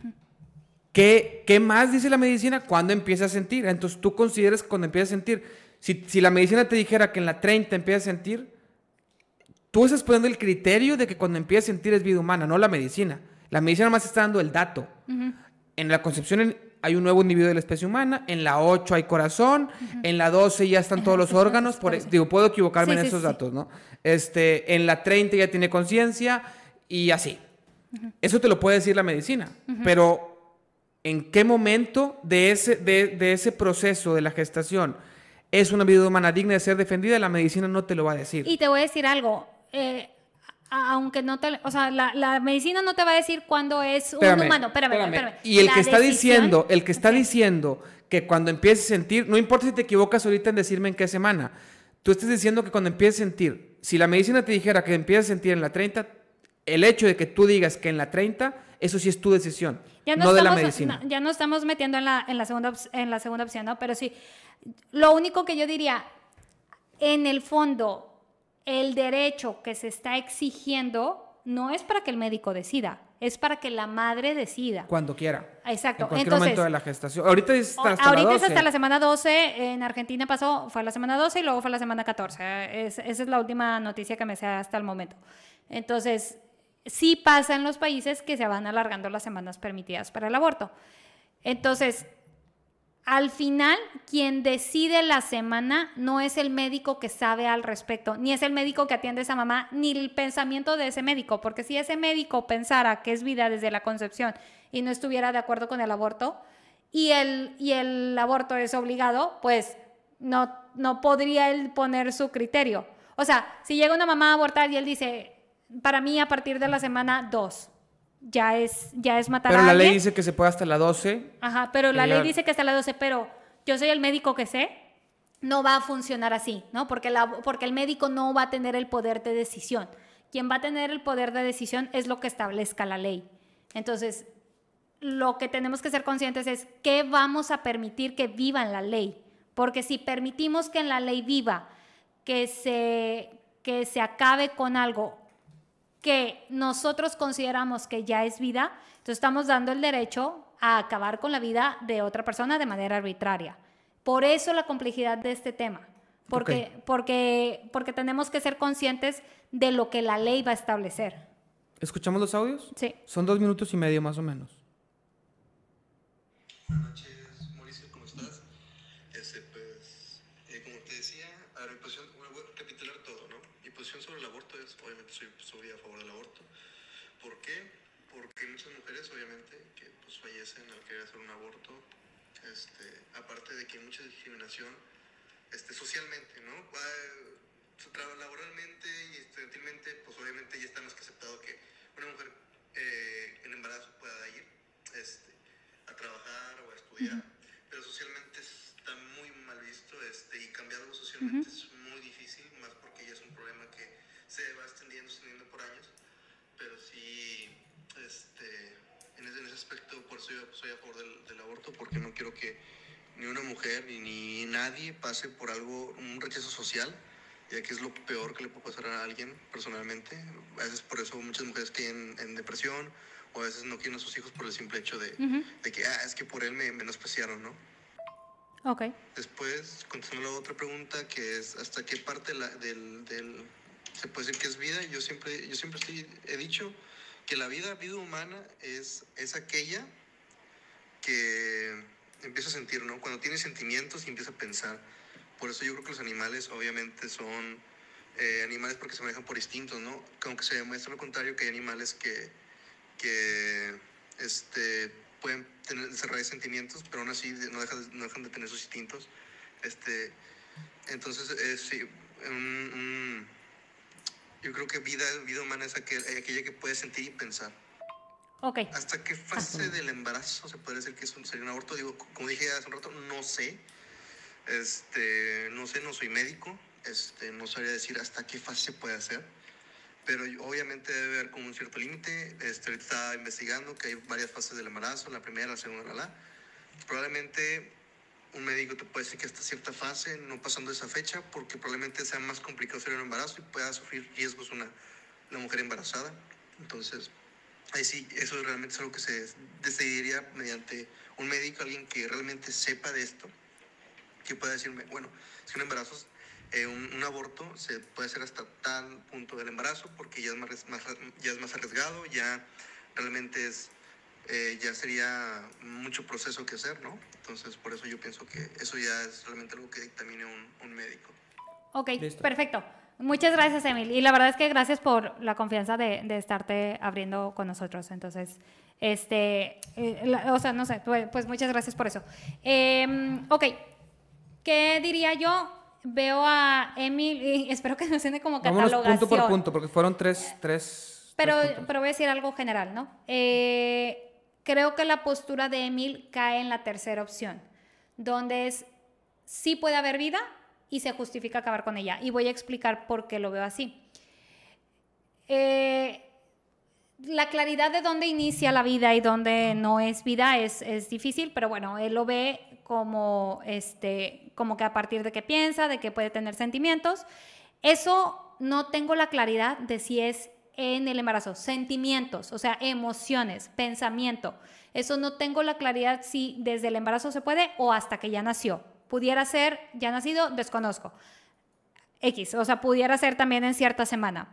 ¿Qué más dice la medicina? Cuando empieza a sentir. Entonces tú consideras cuando empieza a sentir. Si la medicina te dijera que en la 30 empieza a sentir, tú estás poniendo el criterio de que cuando empieza a sentir es vida humana, no la medicina. La medicina más está dando el dato. En la concepción hay un nuevo individuo de la especie humana, en la 8 hay corazón, en la 12 ya están todos los órganos, puedo equivocarme en esos datos, ¿no? En la 30 ya tiene conciencia y así. Eso te lo puede decir la medicina, pero ¿en qué momento de ese proceso de la gestación es una vida humana digna de ser defendida? La medicina no te lo va a decir. Y te voy a decir algo, aunque no te, o sea, la medicina no te va a decir cuándo es Espérame, un humano. espérame. Y el La que está decisión, diciendo que cuando empieces a sentir, no importa si te equivocas ahorita en decirme en qué semana, tú estás diciendo que cuando empieces a sentir, si la medicina te dijera que empiezas a sentir en la 30, el hecho de que tú digas que en la 30, eso sí es tu decisión, no de la medicina. Ya no estamos metiendo en la segunda opción, ¿no? Pero sí, lo único que yo diría, en el fondo, el derecho que se está exigiendo no es para que el médico decida, es para que la madre decida. Cuando quiera. Exacto. En cualquier momento de la gestación. Ahorita es hasta la ahorita 12. es hasta la semana 12, en Argentina fue la semana 12 y luego fue la semana 14. Esa es la última noticia que me sé hasta el momento. Entonces, sí pasa en los países que se van alargando las semanas permitidas para el aborto. Entonces, al final, quien decide la semana no es el médico que sabe al respecto, ni es el médico que atiende a esa mamá, ni el pensamiento de ese médico, porque si ese médico pensara que es vida desde la concepción y no estuviera de acuerdo con el aborto, y el aborto es obligado, pues no podría él poner su criterio. O sea, si llega una mamá a abortar y él dice, para mí a partir de la semana 2, ya es matar a alguien. Pero la ley dice que se puede hasta la 12. Ajá, pero la ley dice que hasta la 12, pero yo soy el médico que sé, no va a funcionar así, ¿no? Porque el médico no va a tener el poder de decisión. Quien va a tener el poder de decisión es lo que establezca la ley. Entonces, lo que tenemos que ser conscientes es qué vamos a permitir que viva en la ley. Porque si permitimos que en la ley viva, que se acabe con algo que nosotros consideramos que ya es vida, entonces estamos dando el derecho a acabar con la vida de otra persona de manera arbitraria. Por eso la complejidad de este tema, porque tenemos que ser conscientes de lo que la ley va a establecer. ¿Escuchamos los audios? Sí. Son 2 minutos y medio más o menos. Buenas noches, Mauricio, ¿cómo estás? Como te decía, a mi posición, voy a recapitular todo, ¿no? Mi posición sobre el aborto es, obviamente, soy a favor del aborto. ¿Por qué? Porque hay muchas mujeres, obviamente, que pues fallecen al querer hacer un aborto. Aparte de que hay mucha discriminación socialmente, ¿no? Laboralmente y estudiantilmente, pues obviamente ya está más que aceptado que una mujer en embarazo pueda ir a trabajar o a estudiar, pero socialmente está muy mal visto y cambiarlo socialmente es muy difícil, más porque ya es un problema que se va extendiendo por años, pero sí, en ese aspecto, por eso yo soy a favor del aborto, porque no quiero que ni una mujer ni nadie pase por un rechazo social, ya que es lo peor que le puede pasar a alguien personalmente. A veces por eso muchas mujeres caen en depresión, o a veces no quieren a sus hijos por el simple hecho de que es que por él me menospreciaron, ¿no? Ok. Después, contestando la otra pregunta, que es hasta qué parte se puede decir que es vida. Yo siempre he dicho que la vida humana es aquella que empieza a sentir, ¿no? Cuando tiene sentimientos y empieza a pensar. Por eso yo creo que los animales obviamente son animales porque se manejan por instintos, ¿no? Aunque se demuestra lo contrario, que hay animales que pueden desarrollar sentimientos, pero aún así no dejan de tener sus instintos. Entonces, sí, yo creo que vida humana es aquella que puede sentir y pensar. Okay. ¿Hasta qué fase del embarazo se puede decir que sería un aborto? Digo, como dije hace un rato, no sé. No soy médico. No sabría decir hasta qué fase se puede hacer. Pero obviamente debe haber como un cierto límite. Ahorita estaba investigando que hay varias fases del embarazo, la primera, la segunda, Probablemente un médico te puede decir que hasta cierta fase, no pasando esa fecha, porque probablemente sea más complicado hacer un embarazo y pueda sufrir riesgos la mujer embarazada. Entonces, ahí sí, eso realmente es algo que se decidiría mediante un médico, alguien que realmente sepa de esto, que pueda decirme, bueno, si un embarazo, un aborto se puede hacer hasta tal punto del embarazo, porque ya es más arriesgado, ya realmente ya sería mucho proceso que hacer, ¿no? Entonces, por eso yo pienso que eso ya es realmente algo que dictamine un médico. Ok, Listo. Perfecto. Muchas gracias, Emil. Y la verdad es que gracias por la confianza de estarte abriendo con nosotros. Entonces, no sé, pues muchas gracias por eso. Ok, ¿qué diría yo? veo a Emil, y espero que no suene como Vámonos catalogación. punto por punto, porque fueron tres Pero puntos. voy a decir algo general, ¿no? Creo que la postura de Emil cae en la tercera opción, donde es, sí puede haber vida y se justifica acabar con ella. Y voy a explicar por qué lo veo así. La claridad de dónde inicia la vida y dónde no es vida es difícil, pero bueno, él lo ve como que a partir de que piensa, de que puede tener sentimientos. Eso no tengo la claridad de si es en el embarazo. Sentimientos, o sea, emociones, pensamiento. Eso no tengo la claridad si desde el embarazo se puede o hasta que ya nació. Pudiera ser ya nacido, desconozco. O sea, pudiera ser también en cierta semana.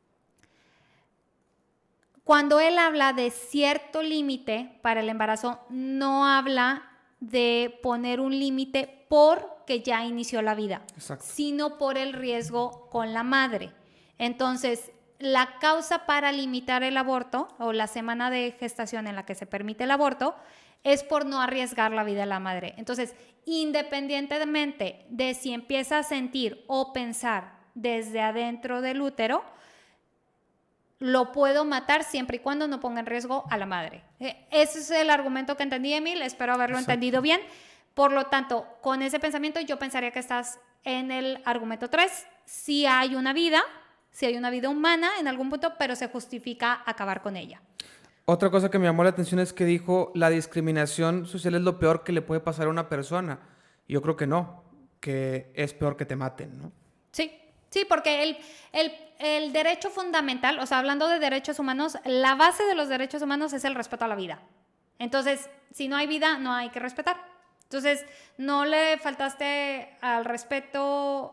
Cuando él habla de cierto límite para el embarazo, no habla de poner un límite porque ya inició la vida, Exacto. sino por el riesgo con la madre. Entonces, la causa para limitar el aborto o la semana de gestación en la que se permite el aborto es por no arriesgar la vida de la madre. Entonces, independientemente de si empieza a sentir o pensar desde adentro del útero, lo puedo matar siempre y cuando no ponga en riesgo a la madre. Ese es el argumento que entendí, Emil. Espero haberlo entendido bien. Por lo tanto, con ese pensamiento yo pensaría que estás en el argumento 3. Si hay una vida humana en algún punto, pero se justifica acabar con ella. Otra cosa que me llamó la atención es que dijo, la discriminación social es lo peor que le puede pasar a una persona. Y yo creo que no, que es peor que te maten, ¿no? Sí, porque el derecho fundamental, o sea, hablando de derechos humanos, la base de los derechos humanos es el respeto a la vida. Entonces, si no hay vida, no hay que respetar. Entonces, no le faltaste al respeto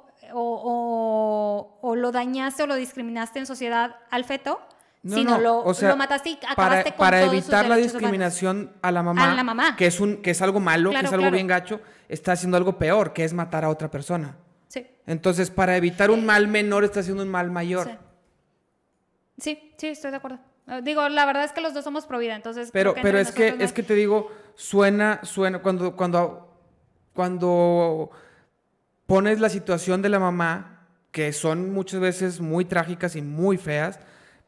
o lo dañaste o lo discriminaste en sociedad al feto, sino lo mataste y acabaste con para todos evitar sus la derechos discriminación humanos. a la mamá, que es algo malo, Claro, que es algo bien gacho, está haciendo algo peor, que es matar a otra persona. Sí. Entonces, para evitar un mal menor, está haciendo un mal mayor. Sí, estoy de acuerdo. Digo, la verdad es que los dos somos pro vida, entonces... Pero es que te digo, suena cuando pones la situación de la mamá, que son muchas veces muy trágicas y muy feas,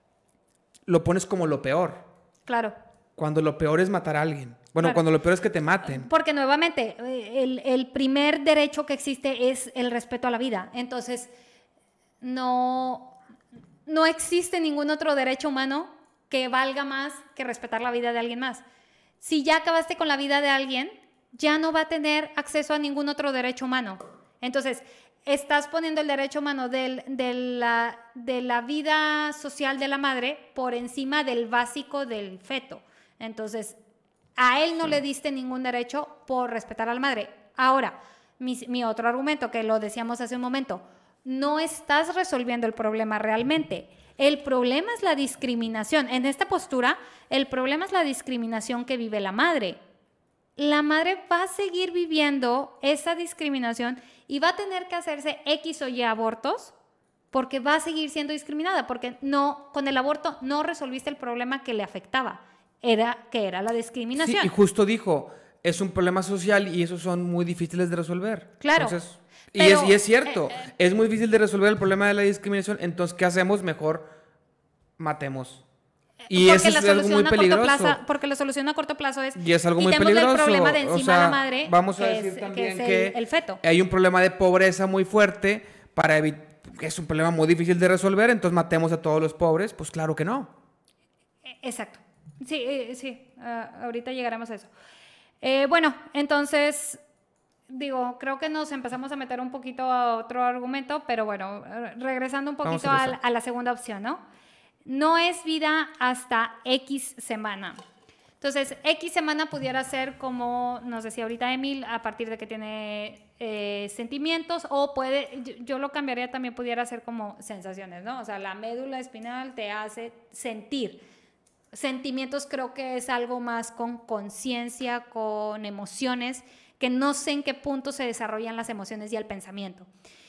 lo pones como lo peor. Claro. Cuando lo peor es matar a alguien. Bueno, claro. Cuando lo peor es que te maten. Porque nuevamente, el primer derecho que existe es el respeto a la vida. Entonces, no existe ningún otro derecho humano que valga más que respetar la vida de alguien más. Si ya acabaste con la vida de alguien, ya no va a tener acceso a ningún otro derecho humano. Entonces, estás poniendo el derecho humano de la vida social de la madre por encima del básico del feto. Entonces, a él no le diste ningún derecho por respetar a la madre. Ahora, mi otro argumento, que lo decíamos hace un momento, no estás resolviendo el problema realmente. El problema es la discriminación. En esta postura, el problema es la discriminación que vive la madre. La madre va a seguir viviendo esa discriminación y va a tener que hacerse X o Y abortos porque va a seguir siendo discriminada, porque con el aborto no resolviste el problema que le afectaba, que era la discriminación. Sí, y justo dijo, es un problema social y esos son muy difíciles de resolver. Claro. Entonces, y es cierto, es muy difícil de resolver el problema de la discriminación, entonces, ¿qué hacemos? Mejor matemos. Y eso es algo muy peligroso. Porque la solución a corto plazo es... Y es algo muy peligroso. El problema de encima de la madre, vamos a decir también que es el feto. Hay un problema de pobreza muy fuerte, que es un problema muy difícil de resolver, entonces matemos a todos los pobres. Pues claro que no. Exacto. Sí. Ahorita llegaremos a eso. Bueno, entonces... creo que nos empezamos a meter un poquito a otro argumento, pero bueno, regresando un poquito a la segunda opción, ¿no? No es vida hasta X semana. Entonces, X semana pudiera ser como nos decía ahorita Emil, a partir de que tiene sentimientos, o yo lo cambiaría también, pudiera ser como sensaciones, ¿no? O sea, la médula espinal te hace sentir. Sentimientos creo que es algo más con conciencia, con emociones, que no sé en qué punto se desarrollan las emociones y el pensamiento.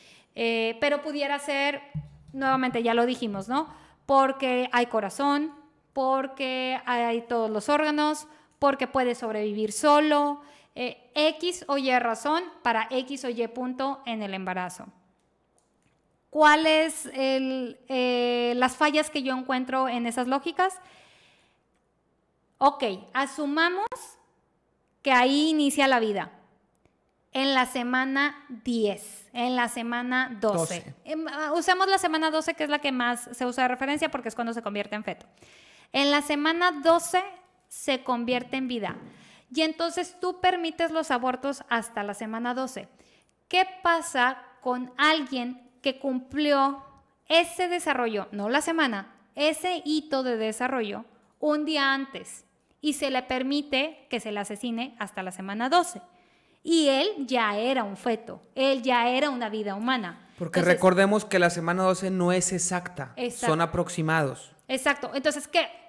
Pero pudiera ser, nuevamente ya lo dijimos, ¿no? Porque hay corazón, porque hay todos los órganos, porque puede sobrevivir solo, X o Y razón para X o Y punto en el embarazo. ¿Cuáles las fallas que yo encuentro en esas lógicas? Ok, asumamos que ahí inicia la vida. En la semana 10, en la semana 12. Usemos la semana 12, que es la que más se usa de referencia porque es cuando se convierte en feto. En la semana 12 se convierte en vida. Y entonces tú permites los abortos hasta la semana 12. ¿Qué pasa con alguien que cumplió ese desarrollo, no la semana, ese hito de desarrollo un día antes y se le permite que se le asesine hasta la semana 12? Y él ya era un feto, él ya era una vida humana. Porque entonces, recordemos que la semana 12 no es exacta, son aproximados. Exacto, entonces,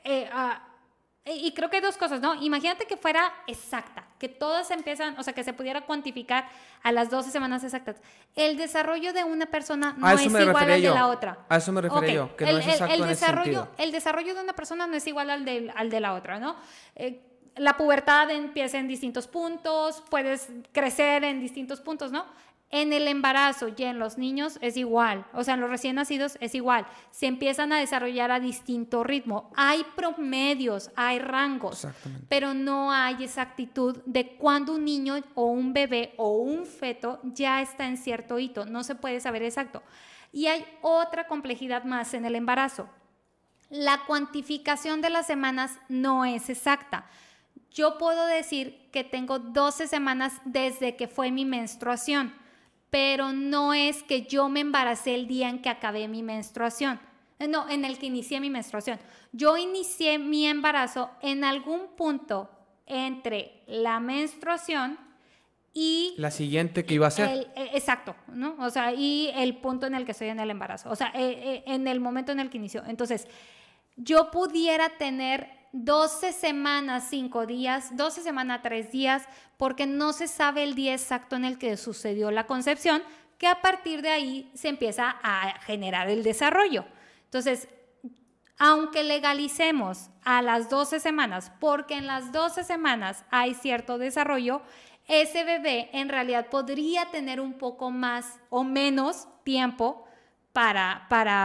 y creo que hay dos cosas, ¿no? Imagínate que fuera exacta, que todas empiezan, o sea, que se pudiera cuantificar a las 12 semanas exactas. El desarrollo de una persona no es igual al de la otra. A eso me refería yo, que no es exacto en ese sentido. El desarrollo de una persona no es igual al de la otra, ¿no? La pubertad empieza en distintos puntos, puedes crecer en distintos puntos, ¿no? En el embarazo y en los niños es igual, o sea, en los recién nacidos es igual. Se empiezan a desarrollar a distinto ritmo. Hay promedios, hay rangos, pero no hay exactitud de cuándo un niño o un bebé o un feto ya está en cierto hito. No se puede saber exacto. Y hay otra complejidad más en el embarazo. La cuantificación de las semanas no es exacta. Yo puedo decir que tengo 12 semanas desde que fue mi menstruación, pero no es que yo me embaracé el día en que acabé mi menstruación, no, en el que inicié mi menstruación. Yo inicié mi embarazo en algún punto entre la menstruación y la siguiente que iba a ser. Exacto, ¿no? O sea, y el punto en el que estoy en el embarazo, o sea, en el momento en el que inició. Entonces, yo pudiera tener 12 semanas, 5 días, 12 semanas, 3 días, porque no se sabe el día exacto en el que sucedió la concepción, que a partir de ahí se empieza a generar el desarrollo. Entonces, aunque legalicemos a las 12 semanas, porque en las 12 semanas hay cierto desarrollo, ese bebé en realidad podría tener un poco más o menos tiempo para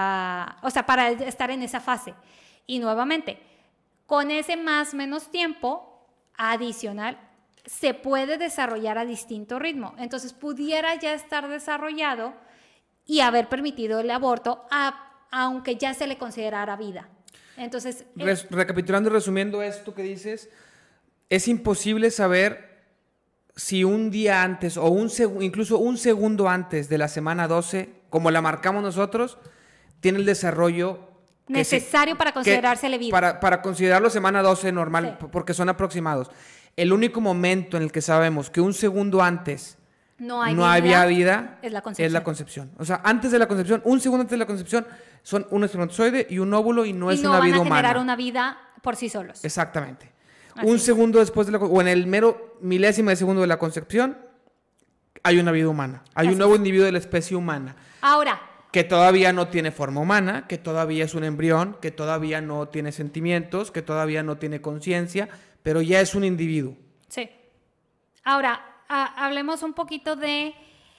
estar en esa fase. Y nuevamente, con ese más o menos tiempo adicional, se puede desarrollar a distinto ritmo. Entonces, pudiera ya estar desarrollado y haber permitido el aborto, aunque ya se le considerara vida. Entonces, recapitulando y resumiendo esto que dices, es imposible saber si un día antes o incluso un segundo antes de la semana 12, como la marcamos nosotros, tiene el desarrollo necesario para considerársele vida. Para considerarlo semana 12 normal, sí, porque son aproximados. El único momento en el que sabemos que un segundo antes no había vida es la concepción. O sea, antes de la concepción, un segundo antes de la concepción, son un espermatozoide y un óvulo y no es una vida humana. Y no van a generar una vida por sí solos. Exactamente. Un segundo después o en el mero milésimo de segundo de la concepción, hay una vida humana. Hay un nuevo individuo de la especie humana. Ahora, que todavía no tiene forma humana, que todavía es un embrión, que todavía no tiene sentimientos, que todavía no tiene conciencia, pero ya es un individuo. Sí. Ahora, hablemos un poquito de...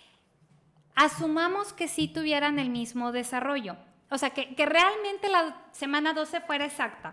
Asumamos que sí tuvieran el mismo desarrollo. O sea, que realmente la semana 12 fuera exacta.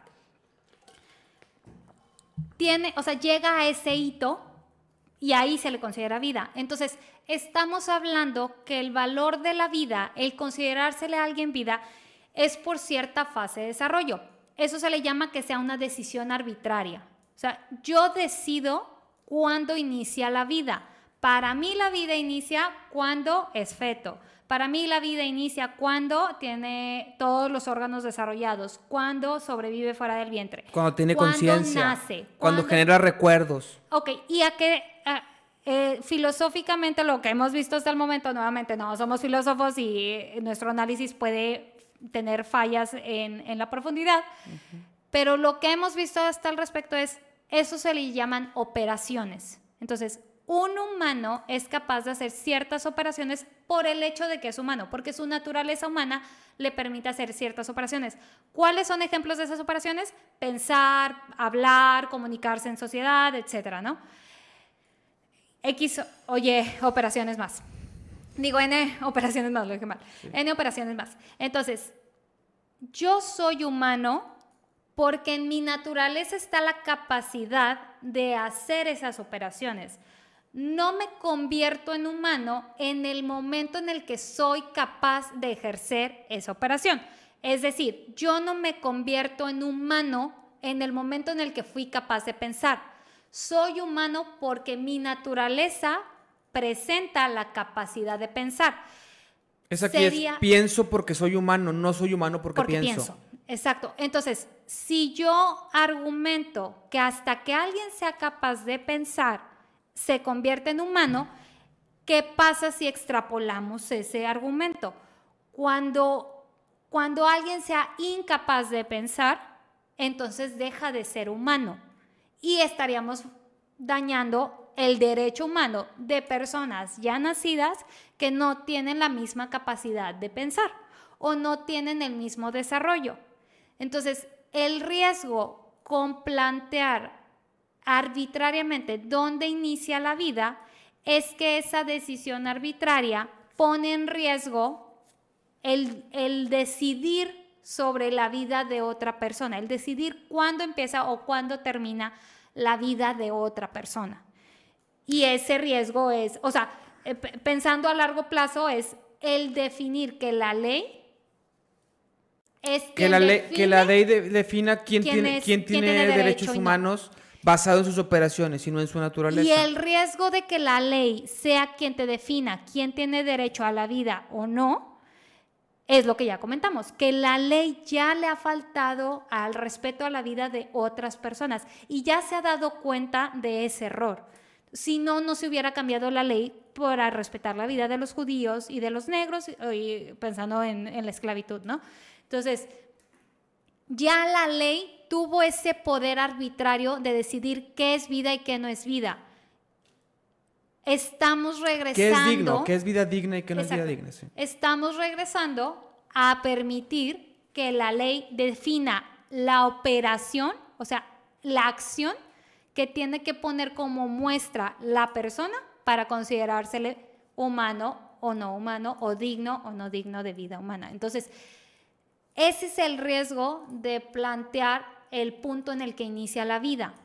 Llega a ese hito y ahí se le considera vida. Entonces, estamos hablando que el valor de la vida, el considerársele a alguien vida, es por cierta fase de desarrollo. Eso se le llama que sea una decisión arbitraria. O sea, yo decido cuándo inicia la vida. Para mí la vida inicia cuando es feto. Para mí la vida inicia cuando tiene todos los órganos desarrollados, cuando sobrevive fuera del vientre. Cuando tiene conciencia. Cuando nace. Cuando genera recuerdos. Ok, y a qué... filosóficamente lo que hemos visto hasta el momento, nuevamente no somos filósofos y nuestro análisis puede tener fallas en la profundidad, pero lo que hemos visto hasta al respecto es, eso se le llaman operaciones. Entonces, un humano es capaz de hacer ciertas operaciones por el hecho de que es humano, porque su naturaleza humana le permite hacer ciertas operaciones. ¿Cuáles son ejemplos de esas operaciones? Pensar, hablar, comunicarse en sociedad, etcétera, ¿no? operaciones más. Digo, N operaciones más, lo dije mal. Sí. N operaciones más. Entonces, yo soy humano porque en mi naturaleza está la capacidad de hacer esas operaciones. No me convierto en humano en el momento en el que soy capaz de ejercer esa operación. Es decir, yo no me convierto en humano en el momento en el que fui capaz de pensar. Soy humano porque mi naturaleza presenta la capacidad de pensar. Esa aquí es pienso porque soy humano, no soy humano porque pienso. Exacto. Entonces, si yo argumento que hasta que alguien sea capaz de pensar se convierte en humano, ¿qué pasa si extrapolamos ese argumento? Cuando alguien sea incapaz de pensar, entonces deja de ser humano y estaríamos dañando el derecho humano de personas ya nacidas que no tienen la misma capacidad de pensar o no tienen el mismo desarrollo. Entonces, el riesgo con plantear arbitrariamente dónde inicia la vida es que esa decisión arbitraria pone en riesgo el decidir sobre la vida de otra persona, el decidir cuándo empieza o cuándo termina la vida de otra persona. Y ese riesgo es, o sea, pensando a largo plazo, es el definir que la ley es que la ley defina quién tiene derechos humanos basado en sus operaciones y no en su naturaleza. Y el riesgo de que la ley sea quien te defina quién tiene derecho a la vida o no, es lo que ya comentamos, que la ley ya le ha faltado al respeto a la vida de otras personas y ya se ha dado cuenta de ese error. Si no, no se hubiera cambiado la ley para respetar la vida de los judíos y de los negros, y pensando en la esclavitud, ¿no? Entonces, ya la ley tuvo ese poder arbitrario de decidir qué es vida y qué no es vida. Estamos regresando... ¿Qué es digno? ¿Qué es vida digna y qué no es vida digna? Sí. Estamos regresando a permitir que la ley defina la operación, o sea, la acción que tiene que poner como muestra la persona para considerársele humano o no humano, o digno o no digno de vida humana. Entonces, ese es el riesgo de plantear el punto en el que inicia la vida.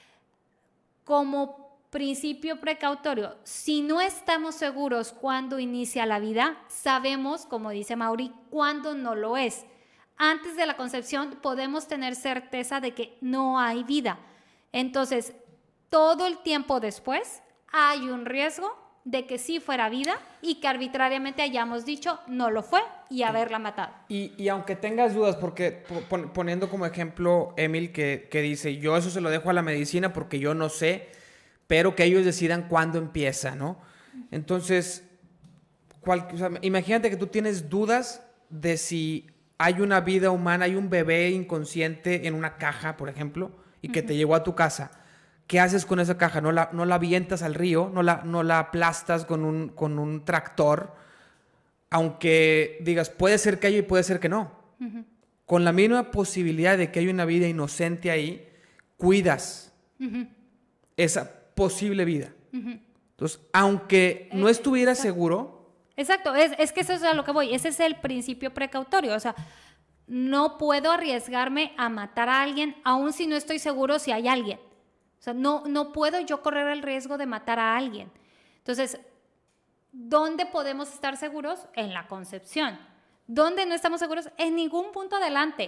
Como principio precautorio, si no estamos seguros cuándo inicia la vida, sabemos, como dice Mauri, cuándo no lo es. Antes de la concepción podemos tener certeza de que no hay vida. Entonces, todo el tiempo después hay un riesgo de que sí fuera vida y que arbitrariamente hayamos dicho no lo fue y haberla matado. Y aunque tengas dudas, porque poniendo como ejemplo Emil que dice, yo eso se lo dejo a la medicina porque yo no sé, pero que ellos decidan cuándo empieza, ¿no? Entonces, o sea, imagínate que tú tienes dudas de si hay una vida humana, hay un bebé inconsciente en una caja, por ejemplo, y que te llegó a tu casa. ¿Qué haces con esa caja? No la avientas al río, no la aplastas con un tractor, aunque digas, puede ser que haya y puede ser que no. Uh-huh. Con la mínima posibilidad de que haya una vida inocente ahí, cuidas esa posible vida. Uh-huh. Entonces, aunque no estuvieras seguro... Exacto, es que eso es a lo que voy. Ese es el principio precautorio. O sea, no puedo arriesgarme a matar a alguien, aun si no estoy seguro si hay alguien. O sea, no puedo yo correr el riesgo de matar a alguien. Entonces, ¿dónde podemos estar seguros? En la concepción. ¿Dónde no estamos seguros? En ningún punto adelante.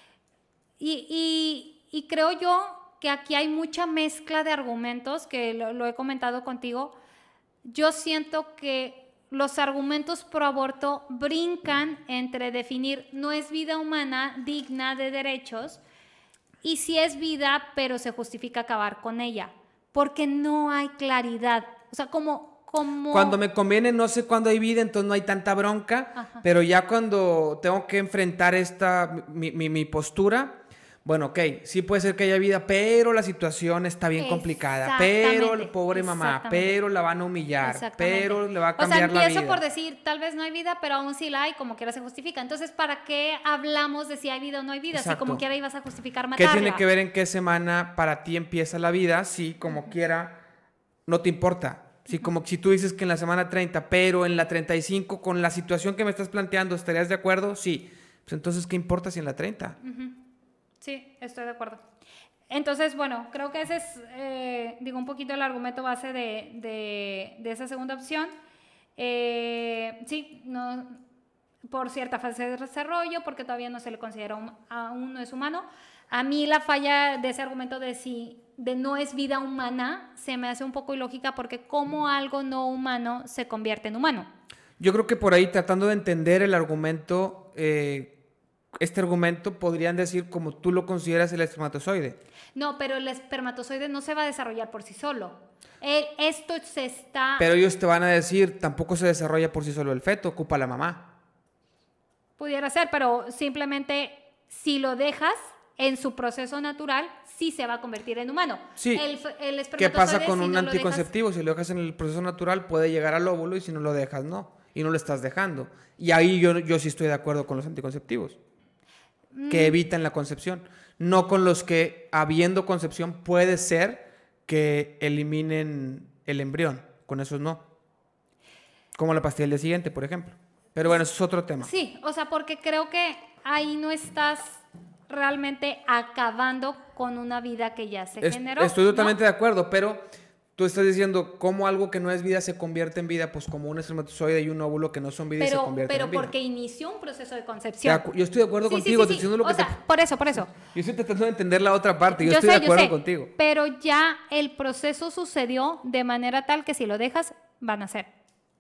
Y creo yo que aquí hay mucha mezcla de argumentos, que lo he comentado contigo. Yo siento que los argumentos pro aborto brincan entre definir no es vida humana digna de derechos y si es vida, pero se justifica acabar con ella, porque no hay claridad. O sea, como... Cuando me conviene, no sé cuándo hay vida, entonces no hay tanta bronca. Ajá. Pero ya cuando tengo que enfrentar mi postura, bueno, ok, sí puede ser que haya vida, pero la situación está bien complicada, pero el pobre mamá, pero la van a humillar, pero le va a cambiar la vida. O sea, empiezo por decir, tal vez no hay vida, pero aún sí la hay, como quiera se justifica. Entonces, ¿para qué hablamos de si hay vida o no hay vida? Exacto. Si como quiera ibas a justificar matarla. ¿Qué tiene que ver en qué semana para ti empieza la vida? Si como quiera no te importa. Sí, como si tú dices que en la semana 30, pero en la 35, con la situación que me estás planteando, ¿estarías de acuerdo? Sí. Pues entonces, ¿qué importa si en la 30? Sí, estoy de acuerdo. Entonces, bueno, creo que ese es, un poquito el argumento base de esa segunda opción. Sí, no, por cierta fase de desarrollo, porque todavía no se le considera aún no es humano. A mí la falla de ese argumento de no es vida humana se me hace un poco ilógica, porque ¿cómo algo no humano se convierte en humano? Yo creo que por ahí, tratando de entender el argumento, este argumento podrían decir como tú lo consideras el espermatozoide. No, pero el espermatozoide no se va a desarrollar por sí solo. Esto se está... Pero ellos te van a decir, tampoco se desarrolla por sí solo el feto, ocupa la mamá. Pudiera ser, pero simplemente si lo dejas en su proceso natural, sí se va a convertir en humano. Sí. El espermatozoide, ¿Qué pasa con si un no anticonceptivo? Si lo dejas en el proceso natural, puede llegar al óvulo, y si no lo dejas, no. Y no lo estás dejando. Y ahí yo sí estoy de acuerdo con los anticonceptivos, que evitan la concepción. No con los que, habiendo concepción, puede ser que eliminen el embrión. Con esos no. Como la pastilla del día siguiente, por ejemplo. Pero bueno, eso es otro tema. Sí, o sea, porque creo que ahí no estás realmente acabando con una vida que ya se generó. Estoy totalmente ¿no? de acuerdo, pero tú estás diciendo cómo algo que no es vida se convierte en vida, pues como un espermatozoide y un óvulo que no son vida y se convierten en vida. Pero porque inició un proceso de concepción. Yo estoy de acuerdo contigo, Sí. te estoy diciendo lo o que sea, por eso. Yo estoy tratando de entender la otra parte, yo estoy sé, de acuerdo contigo. Pero ya el proceso sucedió de manera tal que si lo dejas, van a ser.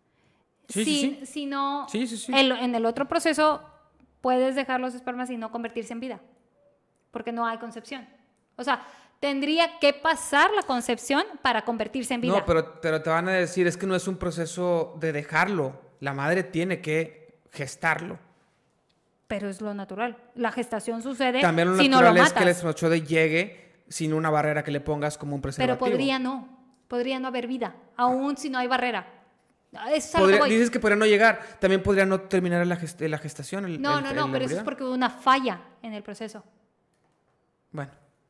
Si no, en el otro proceso puedes dejar los espermas y no convertirse en vida, porque no hay concepción. O sea, tendría que pasar la concepción para convertirse en vida. No, pero te van a decir, es que no es un proceso de dejarlo, la madre tiene que gestarlo. Pero es lo natural. La gestación sucede también lo si no natural lo es que el matas. espermatozoide llegue sin una barrera que le pongas como un preservativo. Pero podría no haber vida, aún si no hay barrera. Dices que podría no llegar, también podría no terminar la gestación. No, pero eso es porque hubo una falla en el proceso. Bueno.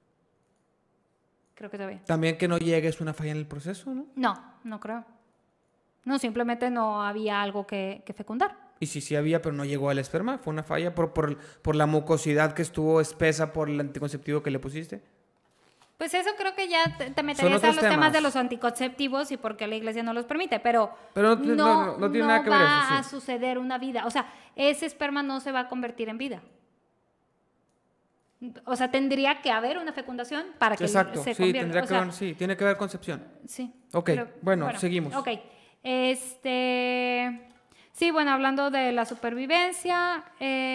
Creo que está bien. También que no llegue es una falla en el proceso, ¿no? No creo. No, simplemente no había algo que fecundar. Y sí había, pero no llegó al esperma. Fue una falla por la mucosidad que estuvo espesa por el anticonceptivo que le pusiste. Pues eso creo que ya te meterías a los temas de los anticonceptivos y porque la iglesia no los permite, pero no tiene nada que ver eso, va a suceder una vida. O sea, ese esperma no se va a convertir en vida. O sea, tendría que haber una fecundación para que se convierta. Tiene que haber concepción. Sí. Ok, bueno, seguimos. Ok. Sí, bueno, hablando de la supervivencia.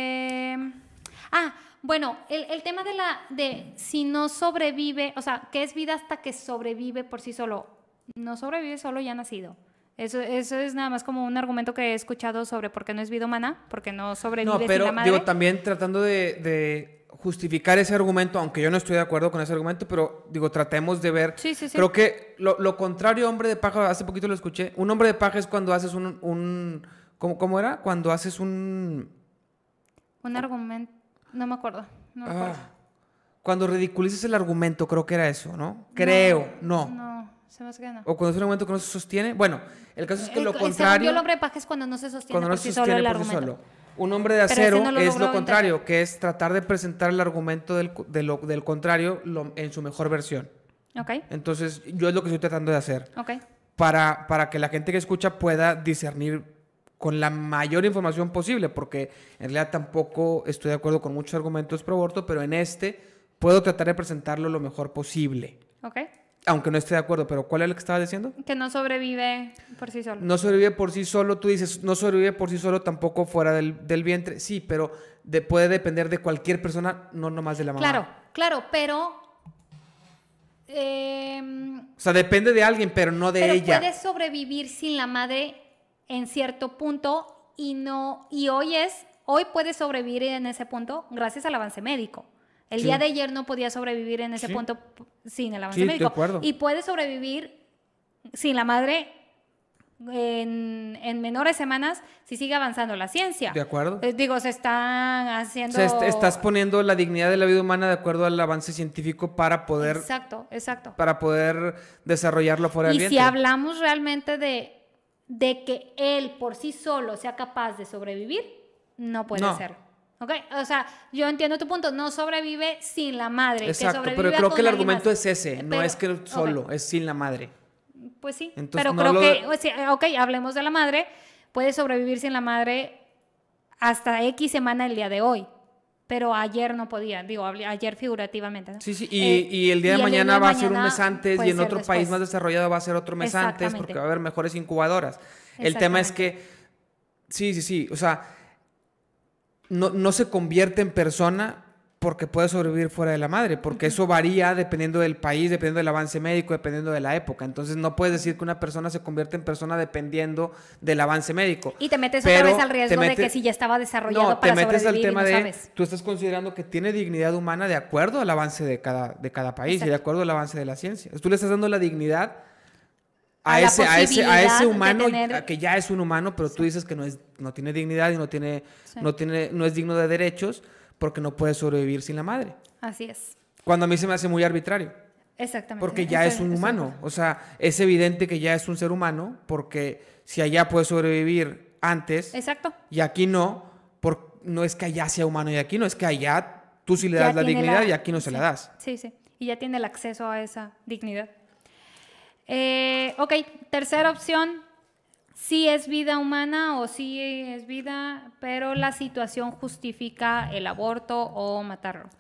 Bueno, el tema de si no sobrevive, o sea, que es vida hasta que sobrevive por sí solo. No sobrevive solo ya nacido. Eso es nada más como un argumento que he escuchado sobre por qué no es vida humana, porque no sobrevive sin la madre. Digo, también tratando de justificar ese argumento, aunque yo no estoy de acuerdo con ese argumento, pero digo, tratemos de ver. Sí. Creo que lo contrario a hombre de paja, hace poquito lo escuché. Un hombre de paja es cuando haces ¿cómo era? Cuando haces un argumento. No me acuerdo. Cuando ridiculizas el argumento, creo que era eso, ¿no? Creo, No, se me hace que no. O cuando es un argumento que no se sostiene. Bueno, el caso es que lo contrario... El hombre de paja es cuando no se sostiene por sí solo el argumento. Un hombre de acero es lo contrario, que es tratar de presentar el argumento del contrario en su mejor versión. Ok. Entonces, yo es lo que estoy tratando de hacer. Ok. Para que la gente que escucha pueda discernir con la mayor información posible, porque en realidad tampoco estoy de acuerdo con muchos argumentos pro aborto, pero en puedo tratar de presentarlo lo mejor posible. Ok. Aunque no esté de acuerdo, pero ¿cuál es lo que estabas diciendo? Que no sobrevive por sí solo. No sobrevive por sí solo, tú dices, no sobrevive por sí solo tampoco fuera del vientre. Sí, pero puede depender de cualquier persona, no nomás de la mamá. Claro, pero... o sea, depende de alguien, pero no de ella. Pero puede sobrevivir sin la madre en cierto punto y hoy puede sobrevivir en ese punto gracias al avance médico. El día de ayer no podía sobrevivir en ese punto sin el avance médico. De acuerdo. Y puede sobrevivir sin la madre en menores semanas si sigue avanzando la ciencia. De acuerdo. Se están haciendo... O sea, estás poniendo la dignidad de la vida humana de acuerdo al avance científico para poder... Exacto. Para poder desarrollarlo fuera del Y vientre. si hablamos realmente de que él por sí solo sea capaz de sobrevivir, no puede hacerlo. ¿Ok? O sea, yo entiendo tu punto. No sobrevive sin la madre. Exacto, pero creo que el argumento es ese. No es que solo, okay. Es sin la madre. Pues sí, entonces, pero no creo que, ok, hablemos de la madre, puede sobrevivir sin la madre hasta X semana el día de hoy, pero ayer no podía, ayer figurativamente, ¿no? Sí, y el día de mañana va a ser un mes antes y en otro después. País más desarrollado va a ser otro mes antes porque va a haber mejores incubadoras. El tema es que, sí, o sea, no se convierte en persona porque puede sobrevivir fuera de la madre, porque eso varía dependiendo del país, dependiendo del avance médico, dependiendo de la época. Entonces no puedes decir que una persona se convierte en persona dependiendo del avance médico. Y te metes otra vez al riesgo de que si ya estaba desarrollado para sobrevivir, te metes al tema y no sabes. Tú estás considerando que tiene dignidad humana de acuerdo al avance de cada país. Exacto. Y de acuerdo al avance de la ciencia. Tú le estás dando la dignidad a ese humano que ya es un humano, pero tú dices que no tiene dignidad y no es digno de derechos, porque no puede sobrevivir sin la madre. Así es. Cuando a mí se me hace muy arbitrario. Exactamente. Porque ya es un humano. O sea, es evidente que ya es un ser humano, porque si allá puede sobrevivir antes, exacto, y aquí no, no es que allá sea humano y aquí no, es que allá tú sí le das la dignidad y aquí no se la das. Sí. Y ya tiene el acceso a esa dignidad. Ok, tercera opción. Sí es vida humana o sí es vida, pero la situación justifica el aborto o matarlo.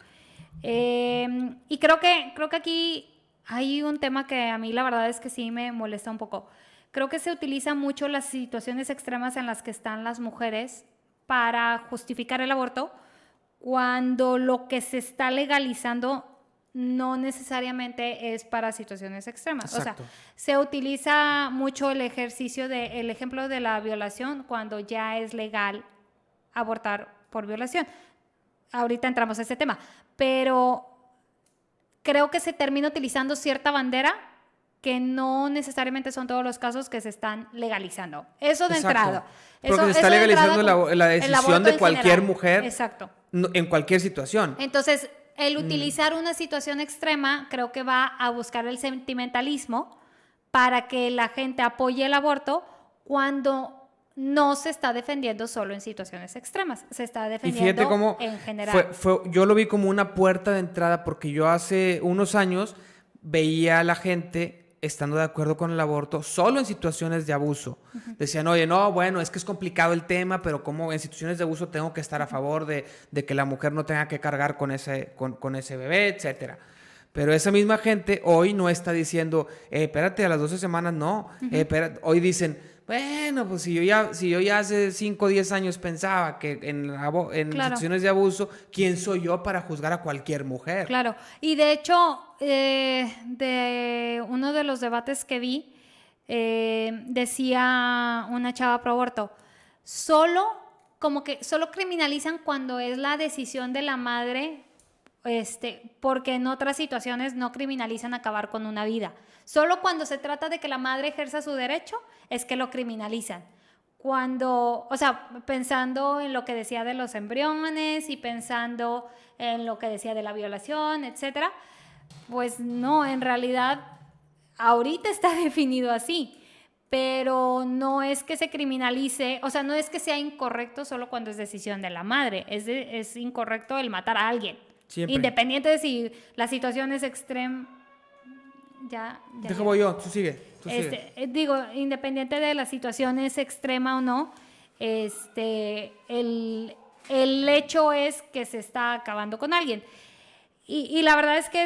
Y creo que aquí hay un tema que a mí la verdad es que sí me molesta un poco. Creo que se utiliza mucho las situaciones extremas en las que están las mujeres para justificar el aborto, cuando lo que se está legalizando no necesariamente es para situaciones extremas. Exacto. O sea, se utiliza mucho el ejemplo de la violación cuando ya es legal abortar por violación. Ahorita entramos a ese tema, pero creo que se termina utilizando cierta bandera que no necesariamente son todos los casos que se están legalizando. Eso de entrada. Porque se está legalizando la decisión de cualquier mujer. Exacto. En cualquier situación. Entonces, el utilizar una situación extrema creo que va a buscar el sentimentalismo para que la gente apoye el aborto cuando no se está defendiendo solo en situaciones extremas, se está defendiendo en general. Yo lo vi como una puerta de entrada porque yo hace unos años veía a la gente estando de acuerdo con el aborto solo en situaciones de abuso. Uh-huh. Decían, oye, no, bueno, es que es complicado el tema, pero como en situaciones de abuso tengo que estar a favor de que la mujer no tenga que cargar con ese bebé, etcétera. Pero esa misma gente hoy no está diciendo, espérate, a las 12 semanas no. Uh-huh. Hoy dicen, bueno, pues si yo ya hace 5 o 10 años pensaba que en claro. situaciones de abuso, ¿quién soy yo para juzgar a cualquier mujer? Claro, y de hecho, de uno de los debates que vi, decía una chava pro aborto, solo criminalizan cuando es la decisión de la madre, porque en otras situaciones no criminalizan acabar con una vida. Solo cuando se trata de que la madre ejerza su derecho es que lo criminalizan. Pensando en lo que decía de los embriones y pensando en lo que decía de la violación, etcétera, pues no, en realidad ahorita está definido así, pero no es que se criminalice, o sea, no es que sea incorrecto solo cuando es decisión de la madre, es incorrecto el matar a alguien. Siempre. Independiente de si la situación es extrema. Déjame yo, tú sigue. Independiente de la situación es extrema o no, el hecho es que se está acabando con alguien. Y la verdad es que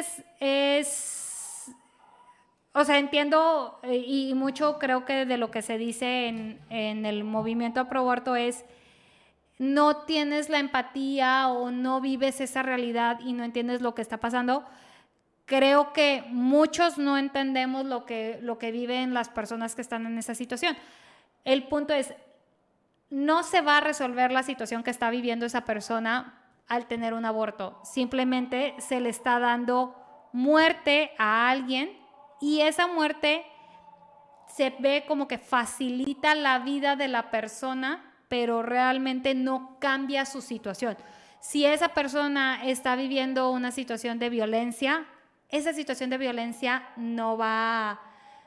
entiendo y mucho creo que de lo que se dice en el movimiento pro aborto es no tienes la empatía o no vives esa realidad y no entiendes lo que está pasando. Creo que muchos no entendemos lo que viven las personas que están en esa situación. El punto es, no se va a resolver la situación que está viviendo esa persona al tener un aborto. Simplemente se le está dando muerte a alguien y esa muerte se ve como que facilita la vida de la persona, pero realmente no cambia su situación. Si esa persona está viviendo una situación de violencia, esa situación de violencia no va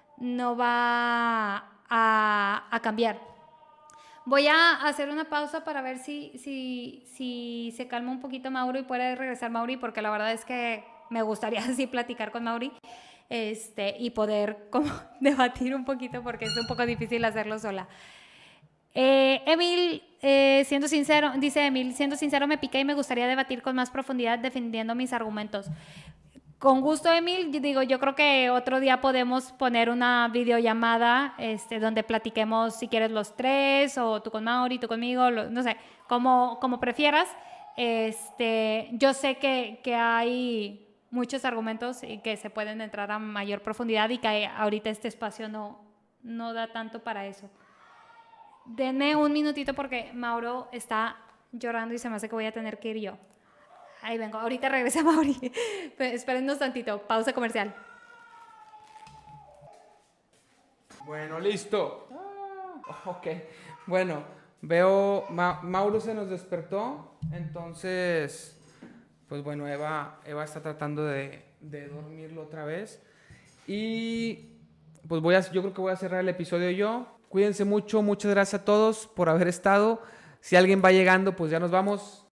a cambiar. Voy a hacer una pausa para ver si se calma un poquito Mauro y puede regresar Mauri, porque la verdad es que me gustaría así platicar con Mauri y poder como debatir un poquito, porque es un poco difícil hacerlo sola. Emil, siendo sincero, dice Emil, siendo sincero me piqué y me gustaría debatir con más profundidad defendiendo mis argumentos. Con gusto, Emil, yo creo que otro día podemos poner una videollamada donde platiquemos, si quieres, los tres, o tú con Mauri, tú conmigo, no sé, como prefieras. Yo sé que hay muchos argumentos y que se pueden entrar a mayor profundidad y que ahorita este espacio no da tanto para eso. Denme un minutito porque Mauro está llorando y se me hace que voy a tener que ir yo. Ahí vengo, ahorita regresa Mauri. Espérennos tantito, pausa comercial. Bueno, listo. Ok, bueno, veo, Mauro se nos despertó, entonces, pues bueno, Eva está tratando de dormirlo otra vez. Y pues yo creo que voy a cerrar el episodio yo. Cuídense mucho, muchas gracias a todos por haber estado. Si alguien va llegando, pues ya nos vamos.